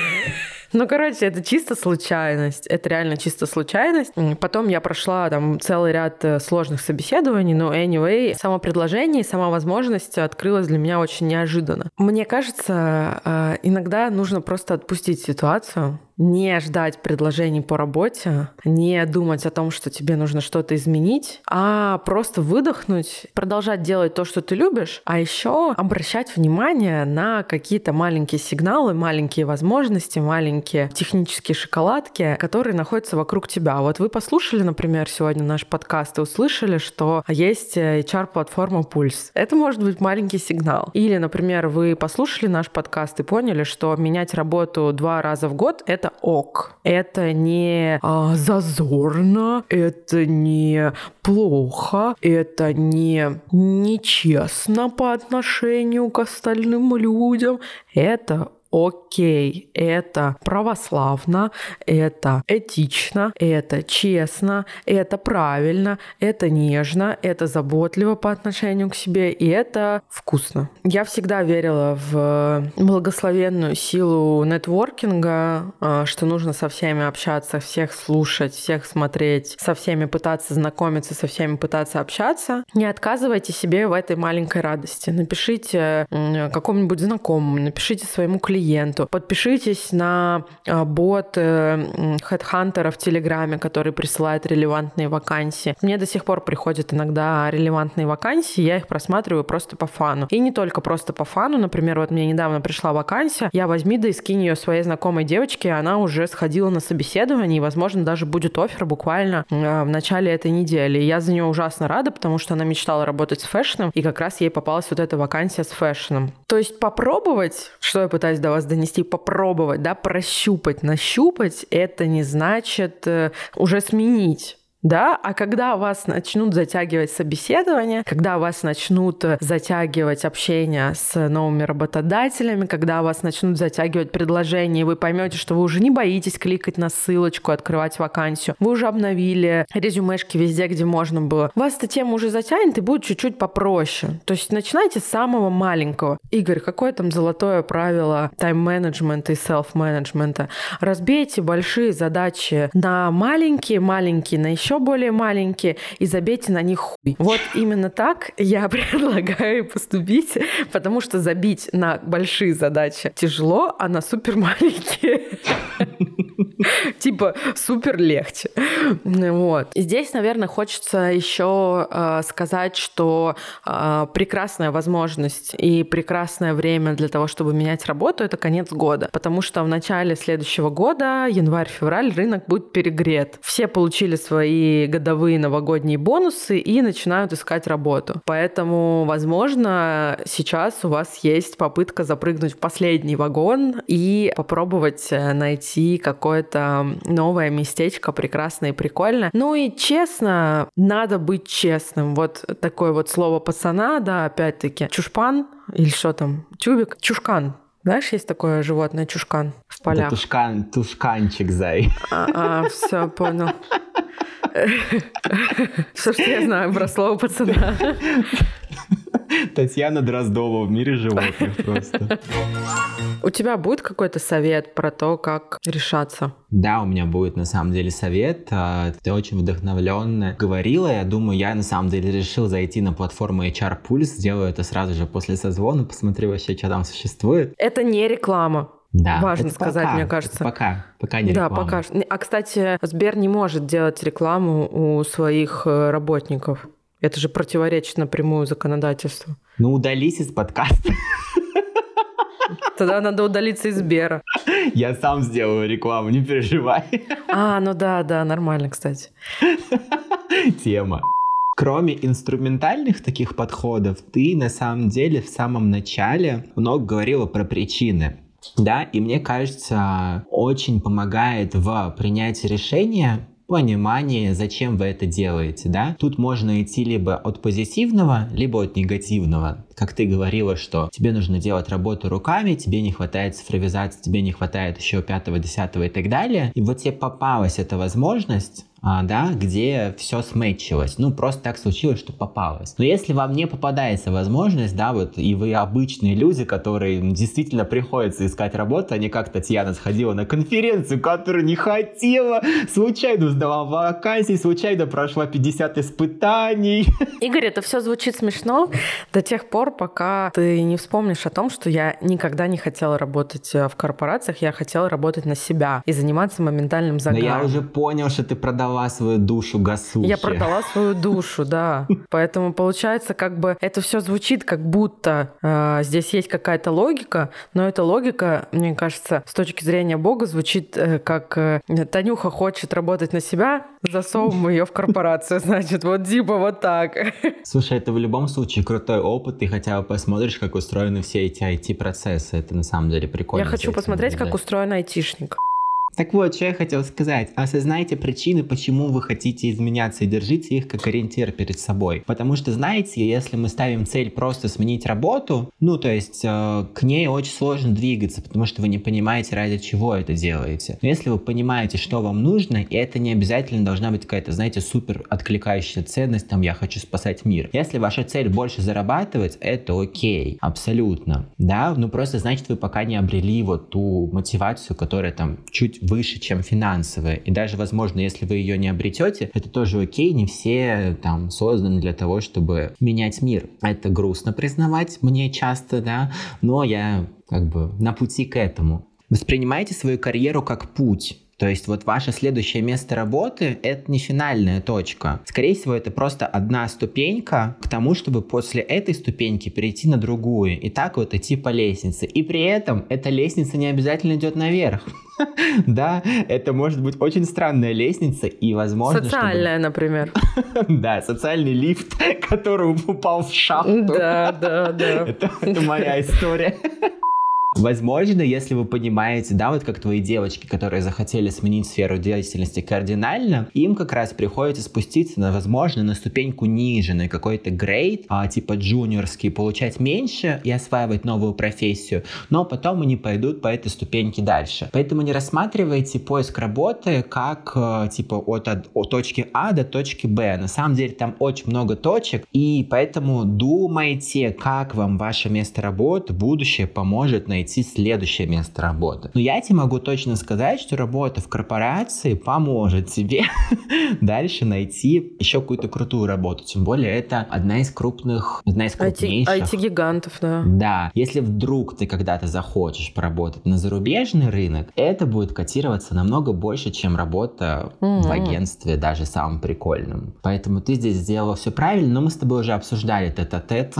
Ну, короче, это чисто случайность. Это реально чисто случайность. Потом я прошла там целый ряд сложных собеседований, но anyway, само предложение, сама возможность открылась для меня очень неожиданно. Мне кажется, иногда нужно просто отпустить ситуацию, не ждать предложений по работе, не думать о том, что тебе нужно что-то изменить, а просто выдохнуть, продолжать делать то, что ты любишь, а еще обращать внимание на какие-то маленькие сигналы, маленькие возможности, маленькие технические шоколадки, которые находятся вокруг тебя. Вот вы послушали, например, сегодня наш подкаст и услышали, что есть эйч ар-платформа Пульс. Это может быть маленький сигнал. Или, например, вы послушали наш подкаст и поняли, что менять работу два раза в год — это Это ок. Это не а, зазорно, это не плохо, это не нечестно по отношению к остальным людям. Это окей, это православно, это этично, это честно, это правильно, это нежно, это заботливо по отношению к себе, и это вкусно. Я всегда верила в благословенную силу нетворкинга, что нужно со всеми общаться, всех слушать, всех смотреть, со всеми пытаться знакомиться, со всеми пытаться общаться. Не отказывайте себе в этой маленькой радости. Напишите какому-нибудь знакомому, напишите своему клиенту, клиенту. Подпишитесь на бот HeadHunter в Телеграме, который присылает релевантные вакансии. Мне до сих пор приходят иногда релевантные вакансии, я их просматриваю просто по фану. И не только просто по фану. Например, вот мне недавно пришла вакансия, я возьми да и скинь ее своей знакомой девочке, она уже сходила на собеседование, и, возможно, даже будет оффер буквально в начале этой недели. И я за нее ужасно рада, потому что она мечтала работать с фэшном, и как раз ей попалась вот эта вакансия с фэшном. То есть попробовать, что я пытаюсь до вас донести, попробовать, да, прощупать, нащупать, это не значит э, уже сменить. Да, а когда вас начнут затягивать собеседование, когда вас начнут затягивать общение с новыми работодателями, когда вас начнут затягивать предложения, и вы поймете, что вы уже не боитесь кликать на ссылочку, открывать вакансию, вы уже обновили резюмешки везде, где можно было, вас эта тема уже затянет и будет чуть-чуть попроще. То есть начинайте с самого маленького. Игорь, какое там золотое правило тайм-менеджмента и селф-менеджмента? Разбейте большие задачи на маленькие, маленькие, на еще более маленькие, и забейте на них хуй. Вот именно так я предлагаю поступить, потому что забить на большие задачи тяжело, а на супер маленькие типа супер легче. Вот. И здесь, наверное, хочется еще э, сказать, что э, прекрасная возможность и прекрасное время для того, чтобы менять работу, это конец года. Потому что в начале следующего года, январь-февраль, рынок будет перегрет. Все получили свои годовые новогодние бонусы и начинают искать работу. Поэтому, возможно, сейчас у вас есть попытка запрыгнуть в последний вагон и попробовать найти какое-то новое местечко, прекрасное и прикольное. Ну и честно, надо быть честным. Вот такое вот слово пацана, да, опять-таки, чушпан или что там, тюбик, чушкан. Знаешь, есть такое животное, чушкан в полях. Это тушкан, тушканчик, зай. А, а все, понял. Все, что я знаю про слово пацана. Татьяна Дроздова в мире животных просто. У тебя будет какой-то совет про то, как решаться? Да, у меня будет на самом деле совет. Ты очень вдохновленно говорила. Я думаю, я на самом деле решил зайти на платформу эйч ар Pulse. Сделаю это сразу же после созвона. Посмотрю вообще, что там существует. Это не реклама. Да, важно это сказать, пока, мне кажется. Это пока, пока не реклама. Да, пока. А, кстати, Сбер не может делать рекламу у своих работников. Это же противоречит напрямую законодательству. Ну, удались из подкаста. Тогда надо удалиться из Сбера. Я сам сделаю рекламу, не переживай. А, ну да, да, нормально, кстати. Тема. Кроме инструментальных таких подходов, ты на самом деле в самом начале много говорила про причины. Да, и мне кажется, очень помогает в принятии решения понимание, зачем вы это делаете, да? Тут можно идти либо от позитивного, либо от негативного. Как ты говорила, что тебе нужно делать работу руками, тебе не хватает цифровизации, тебе не хватает еще пятого, десятого и так далее. И вот тебе попалась эта возможность, а, да, где все сметчилось. Ну, просто так случилось, что попалось. Но если вам не попадается возможность, да, вот, и вы обычные люди, которые действительно приходится искать работу, а не как Татьяна сходила на конференцию, которую не хотела, случайно сдала вакансии, случайно прошла пятьдесят испытаний. Игорь, это все звучит смешно до тех пор, пока ты не вспомнишь о том, что я никогда не хотела работать в корпорациях, я хотела работать на себя и заниматься моментальным загаром. Но я уже понял, что ты продала свою душу гасухе. Я продала свою душу, да. Поэтому получается, как бы это все звучит, как будто э, здесь есть какая-то логика, но эта логика, мне кажется, с точки зрения Бога звучит э, как э, Танюха хочет работать на себя, засовываем ее в корпорацию, значит, вот типа вот так. Слушай, это в любом случае крутой опыт, ты хотя бы посмотришь, как устроены все эти ай ти-процессы, это на самом деле прикольно. Я хочу посмотреть, как устроен айтишник. Так вот, что я хотел сказать. Осознайте причины, почему вы хотите изменяться, и держите их как ориентир перед собой. Потому что, знаете, если мы ставим цель просто сменить работу, ну, то есть э, к ней очень сложно двигаться, потому что вы не понимаете, ради чего это делаете. Но если вы понимаете, что вам нужно, и это не обязательно должна быть какая-то, знаете, супер откликающая ценность, там, я хочу спасать мир. Если ваша цель больше зарабатывать, это окей, абсолютно, да, ну, просто значит, вы пока не обрели вот ту мотивацию, которая там чуть выше, чем финансовая. И даже, возможно, если вы ее не обретете, это тоже окей, не все там созданы для того, чтобы менять мир. Это грустно признавать мне часто, да, но я как бы на пути к этому. Воспринимайте свою карьеру как путь. То есть вот ваше следующее место работы – это не финальная точка. Скорее всего, это просто одна ступенька к тому, чтобы после этой ступеньки перейти на другую. И так вот идти по лестнице. И при этом эта лестница не обязательно идет наверх. Да, это может быть очень странная лестница и, возможно... Социальная, например. Да, социальный лифт, который упал в шахту. Да, да, да. Это моя история. Возможно, если вы понимаете, да, вот как твои девочки, которые захотели сменить сферу деятельности кардинально, им как раз приходится спуститься, на, возможно, на ступеньку ниже, на какой-то грейд, а, типа джуниорский, получать меньше и осваивать новую профессию, но потом они пойдут по этой ступеньке дальше. Поэтому не рассматривайте поиск работы как, типа, от, от точки А до точки Б. На самом деле там очень много точек, и поэтому думайте, как вам ваше место работы, будущее поможет найти найти следующее место работы. Но я тебе могу точно сказать, что работа в корпорации поможет тебе дальше найти еще какую-то крутую работу. Тем более это одна из крупных, одна из крупнейших. ай ти-гигантов, да. Да. Если вдруг ты когда-то захочешь поработать на зарубежный рынок, это будет котироваться намного больше, чем работа mm-hmm. в агентстве, даже самым прикольным. Поэтому ты здесь сделала все правильно, но мы с тобой уже обсуждали тет-а-тет.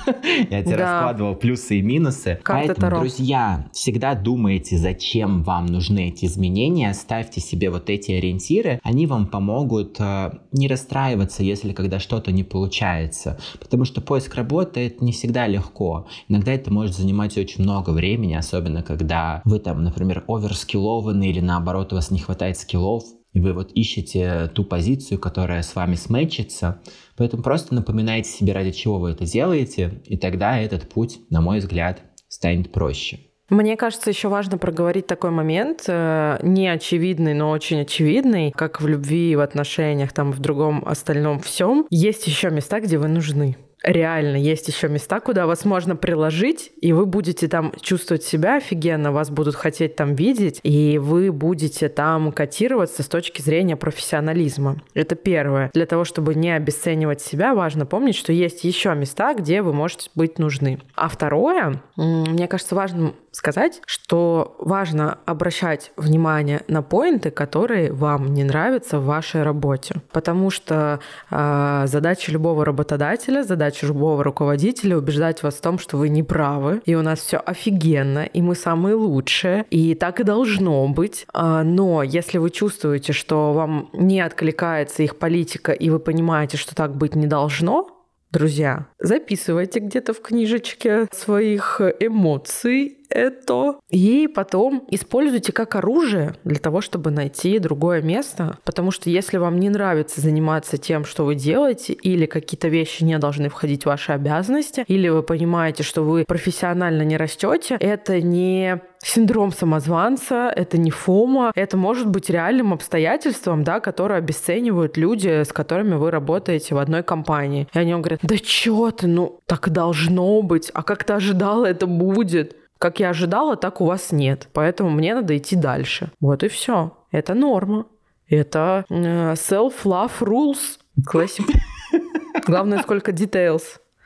Я тебе раскладывал плюсы и минусы. Поэтому, друзья, всегда думайте, зачем вам нужны эти изменения, ставьте себе вот эти ориентиры, они вам помогут э, не расстраиваться, если когда что-то не получается, потому что поиск работы это не всегда легко, иногда это может занимать очень много времени, особенно когда вы там, например, оверскиллованы или наоборот у вас не хватает скиллов, и вы вот ищете ту позицию, которая с вами сметчится, поэтому просто напоминайте себе, ради чего вы это делаете, и тогда этот путь, на мой взгляд, станет проще. Мне кажется, еще важно проговорить такой момент, э, не очевидный, но очень очевидный, как в любви, в отношениях, там, в другом остальном всем. Есть еще места, где вы нужны. Реально, есть еще места, куда вас можно приложить, и вы будете там чувствовать себя офигенно, вас будут хотеть там видеть, и вы будете там котироваться с точки зрения профессионализма. Это первое. Для того, чтобы не обесценивать себя, важно помнить, что есть еще места, где вы можете быть нужны. А второе, мне кажется, важным сказать, что важно обращать внимание на поинты, которые вам не нравятся в вашей работе. Потому что э, задача любого работодателя, задача любого руководителя убеждать вас в том, что вы не правы, и у нас все офигенно, и мы самые лучшие, и так и должно быть. Э, но если вы чувствуете, что вам не откликается их политика, и вы понимаете, что так быть не должно, друзья, записывайте где-то в книжечке своих эмоций это, и потом используйте как оружие для того, чтобы найти другое место, потому что если вам не нравится заниматься тем, что вы делаете, или какие-то вещи не должны входить в ваши обязанности, или вы понимаете, что вы профессионально не растете, это не синдром самозванца, это не фома, это может быть реальным обстоятельством, да, которое обесценивают люди, с которыми вы работаете в одной компании. И они вам говорят: да чё ты, ну так должно быть, а как ты ожидала, это будет. Как я ожидала, так у вас нет. Поэтому мне надо идти дальше. Вот и все. Это норма. Это э, self-love rules. Классик. Главное, сколько details.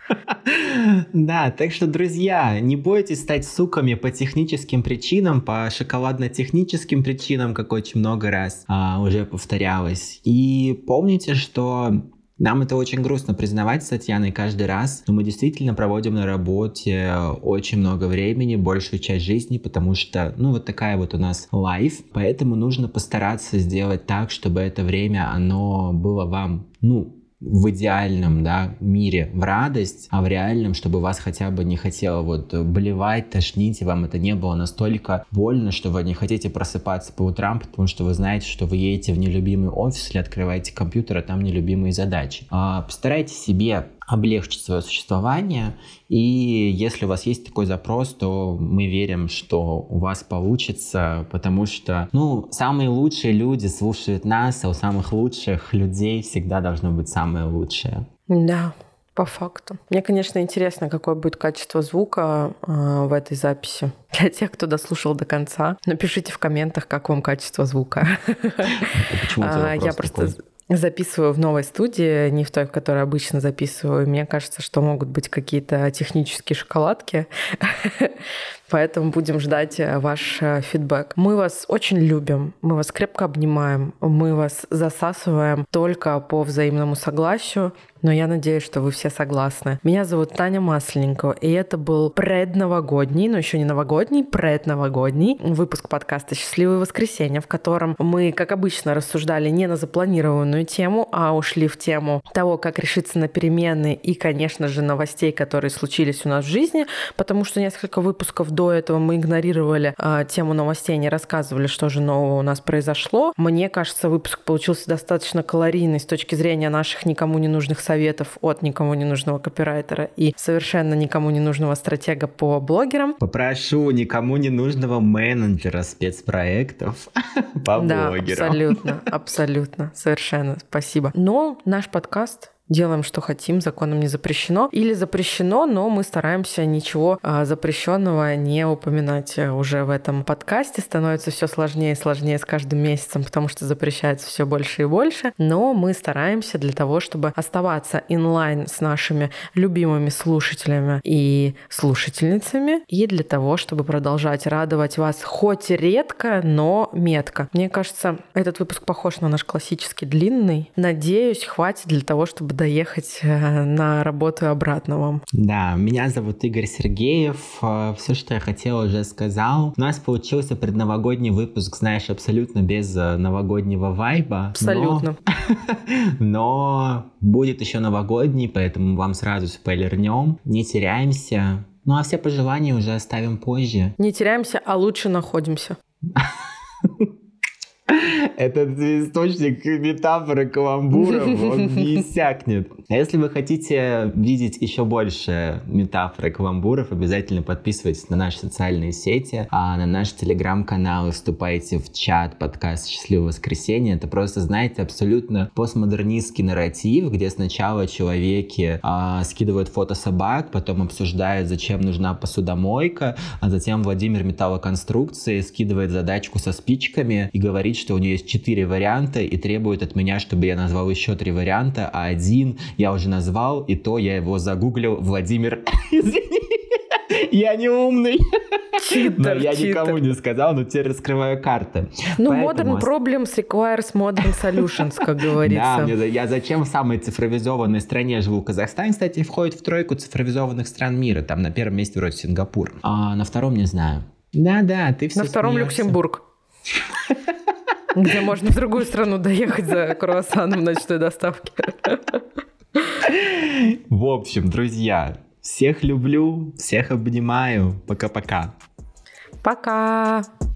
Да, так что, друзья, не бойтесь стать суками по техническим причинам, по шоколадно-техническим причинам, как очень много раз а, уже повторялось. И помните, что нам это очень грустно признавать с Татьяной каждый раз, но мы действительно проводим на работе очень много времени, большую часть жизни, потому что, ну, вот такая вот у нас лайф, поэтому нужно постараться сделать так, чтобы это время, оно было вам, ну, в идеальном, да, мире в радость, а в реальном, чтобы вас хотя бы не хотело вот блевать, тошнить, и вам это не было настолько больно, что вы не хотите просыпаться по утрам, потому что вы знаете, что вы едете в нелюбимый офис или открываете компьютер, а там нелюбимые задачи. А, постарайтесь себе облегчить свое существование, и если у вас есть такой запрос, то мы верим, что у вас получится, потому что, ну, самые лучшие люди слушают нас, а у самых лучших людей всегда должно быть самое лучшее. Да, по факту. Мне, конечно, интересно, какое будет качество звука э, в этой записи. Для тех, кто дослушал до конца, напишите в комментах, как вам качество звука. Почему у тебя вопрос Я просто... записываю в новой студии, не в той, в которой обычно записываю. Мне кажется, что могут быть какие-то технические шоколадки. Поэтому будем ждать ваш фидбэк. Мы вас очень любим, мы вас крепко обнимаем, мы вас засасываем только по взаимному согласию, но я надеюсь, что вы все согласны. Меня зовут Таня Масленникова, и это был предновогодний, но еще не новогодний, предновогодний выпуск подкаста «Счастливое воскресенье», в котором мы, как обычно, рассуждали не на запланированную тему, а ушли в тему того, как решиться на перемены и, конечно же, новостей, которые случились у нас в жизни, потому что несколько выпусков до этого мы игнорировали э, тему новостей, не рассказывали, что же нового у нас произошло. Мне кажется, выпуск получился достаточно калорийный с точки зрения наших никому не нужных советов от никому не нужного копирайтера и совершенно никому не нужного стратега по блогерам. Попрошу никому не нужного менеджера спецпроектов по блогерам. Да, абсолютно, абсолютно, совершенно, спасибо. Но наш подкаст... Делаем, что хотим, законом не запрещено. Или запрещено, но мы стараемся ничего а, запрещенного не упоминать уже в этом подкасте. Становится все сложнее и сложнее с каждым месяцем, потому что запрещается все больше и больше. Но мы стараемся для того, чтобы оставаться инлайн с нашими любимыми слушателями и слушательницами, и для того, чтобы продолжать радовать вас хоть редко, но метко. Мне кажется, этот выпуск похож на наш классический длинный. Надеюсь, хватит для того, чтобы доехать на работу и обратно вам. Да, меня зовут Игорь Сергеев. Все, что я хотел, уже сказал. У нас получился предновогодний выпуск, знаешь, абсолютно без новогоднего вайба. Абсолютно. Но, но будет еще новогодний, поэтому вам сразу спойлернем. Не теряемся. Ну а все пожелания уже оставим позже. Не теряемся, а лучше находимся. Этот источник метафоры каламбуров, он не иссякнет. А если вы хотите видеть еще больше метафор и каламбуров, обязательно подписывайтесь на наши социальные сети, а на наш телеграм-канал, вступайте в чат подкаст «Счастливое воскресенье». Это просто, знаете, абсолютно постмодернистский нарратив, где сначала человеки а, скидывают фото собак, потом обсуждают, зачем нужна посудомойка, а затем Владимир Металлоконструкции скидывает задачку со спичками и говорит, что у нее есть четыре варианта и требует от меня, чтобы я назвал еще три варианта, а один я уже назвал, и то я его загуглил. Владимир, извини, я не умный. Читер, но я читер. никому не сказал, но теперь раскрываю карты. Ну, Поэтому... modern problems requires modern solutions, как говорится. Да, мне, я зачем в самой цифровизованной стране живу? Казахстан, кстати, входит в тройку цифровизованных стран мира. Там на первом месте вроде Сингапур. А на втором не знаю. Да-да, ты все На втором смеешься. Люксембург. Где можно в другую страну доехать за круассаном ночной доставки. В общем, друзья, всех люблю, всех обнимаю. Пока-пока. Пока.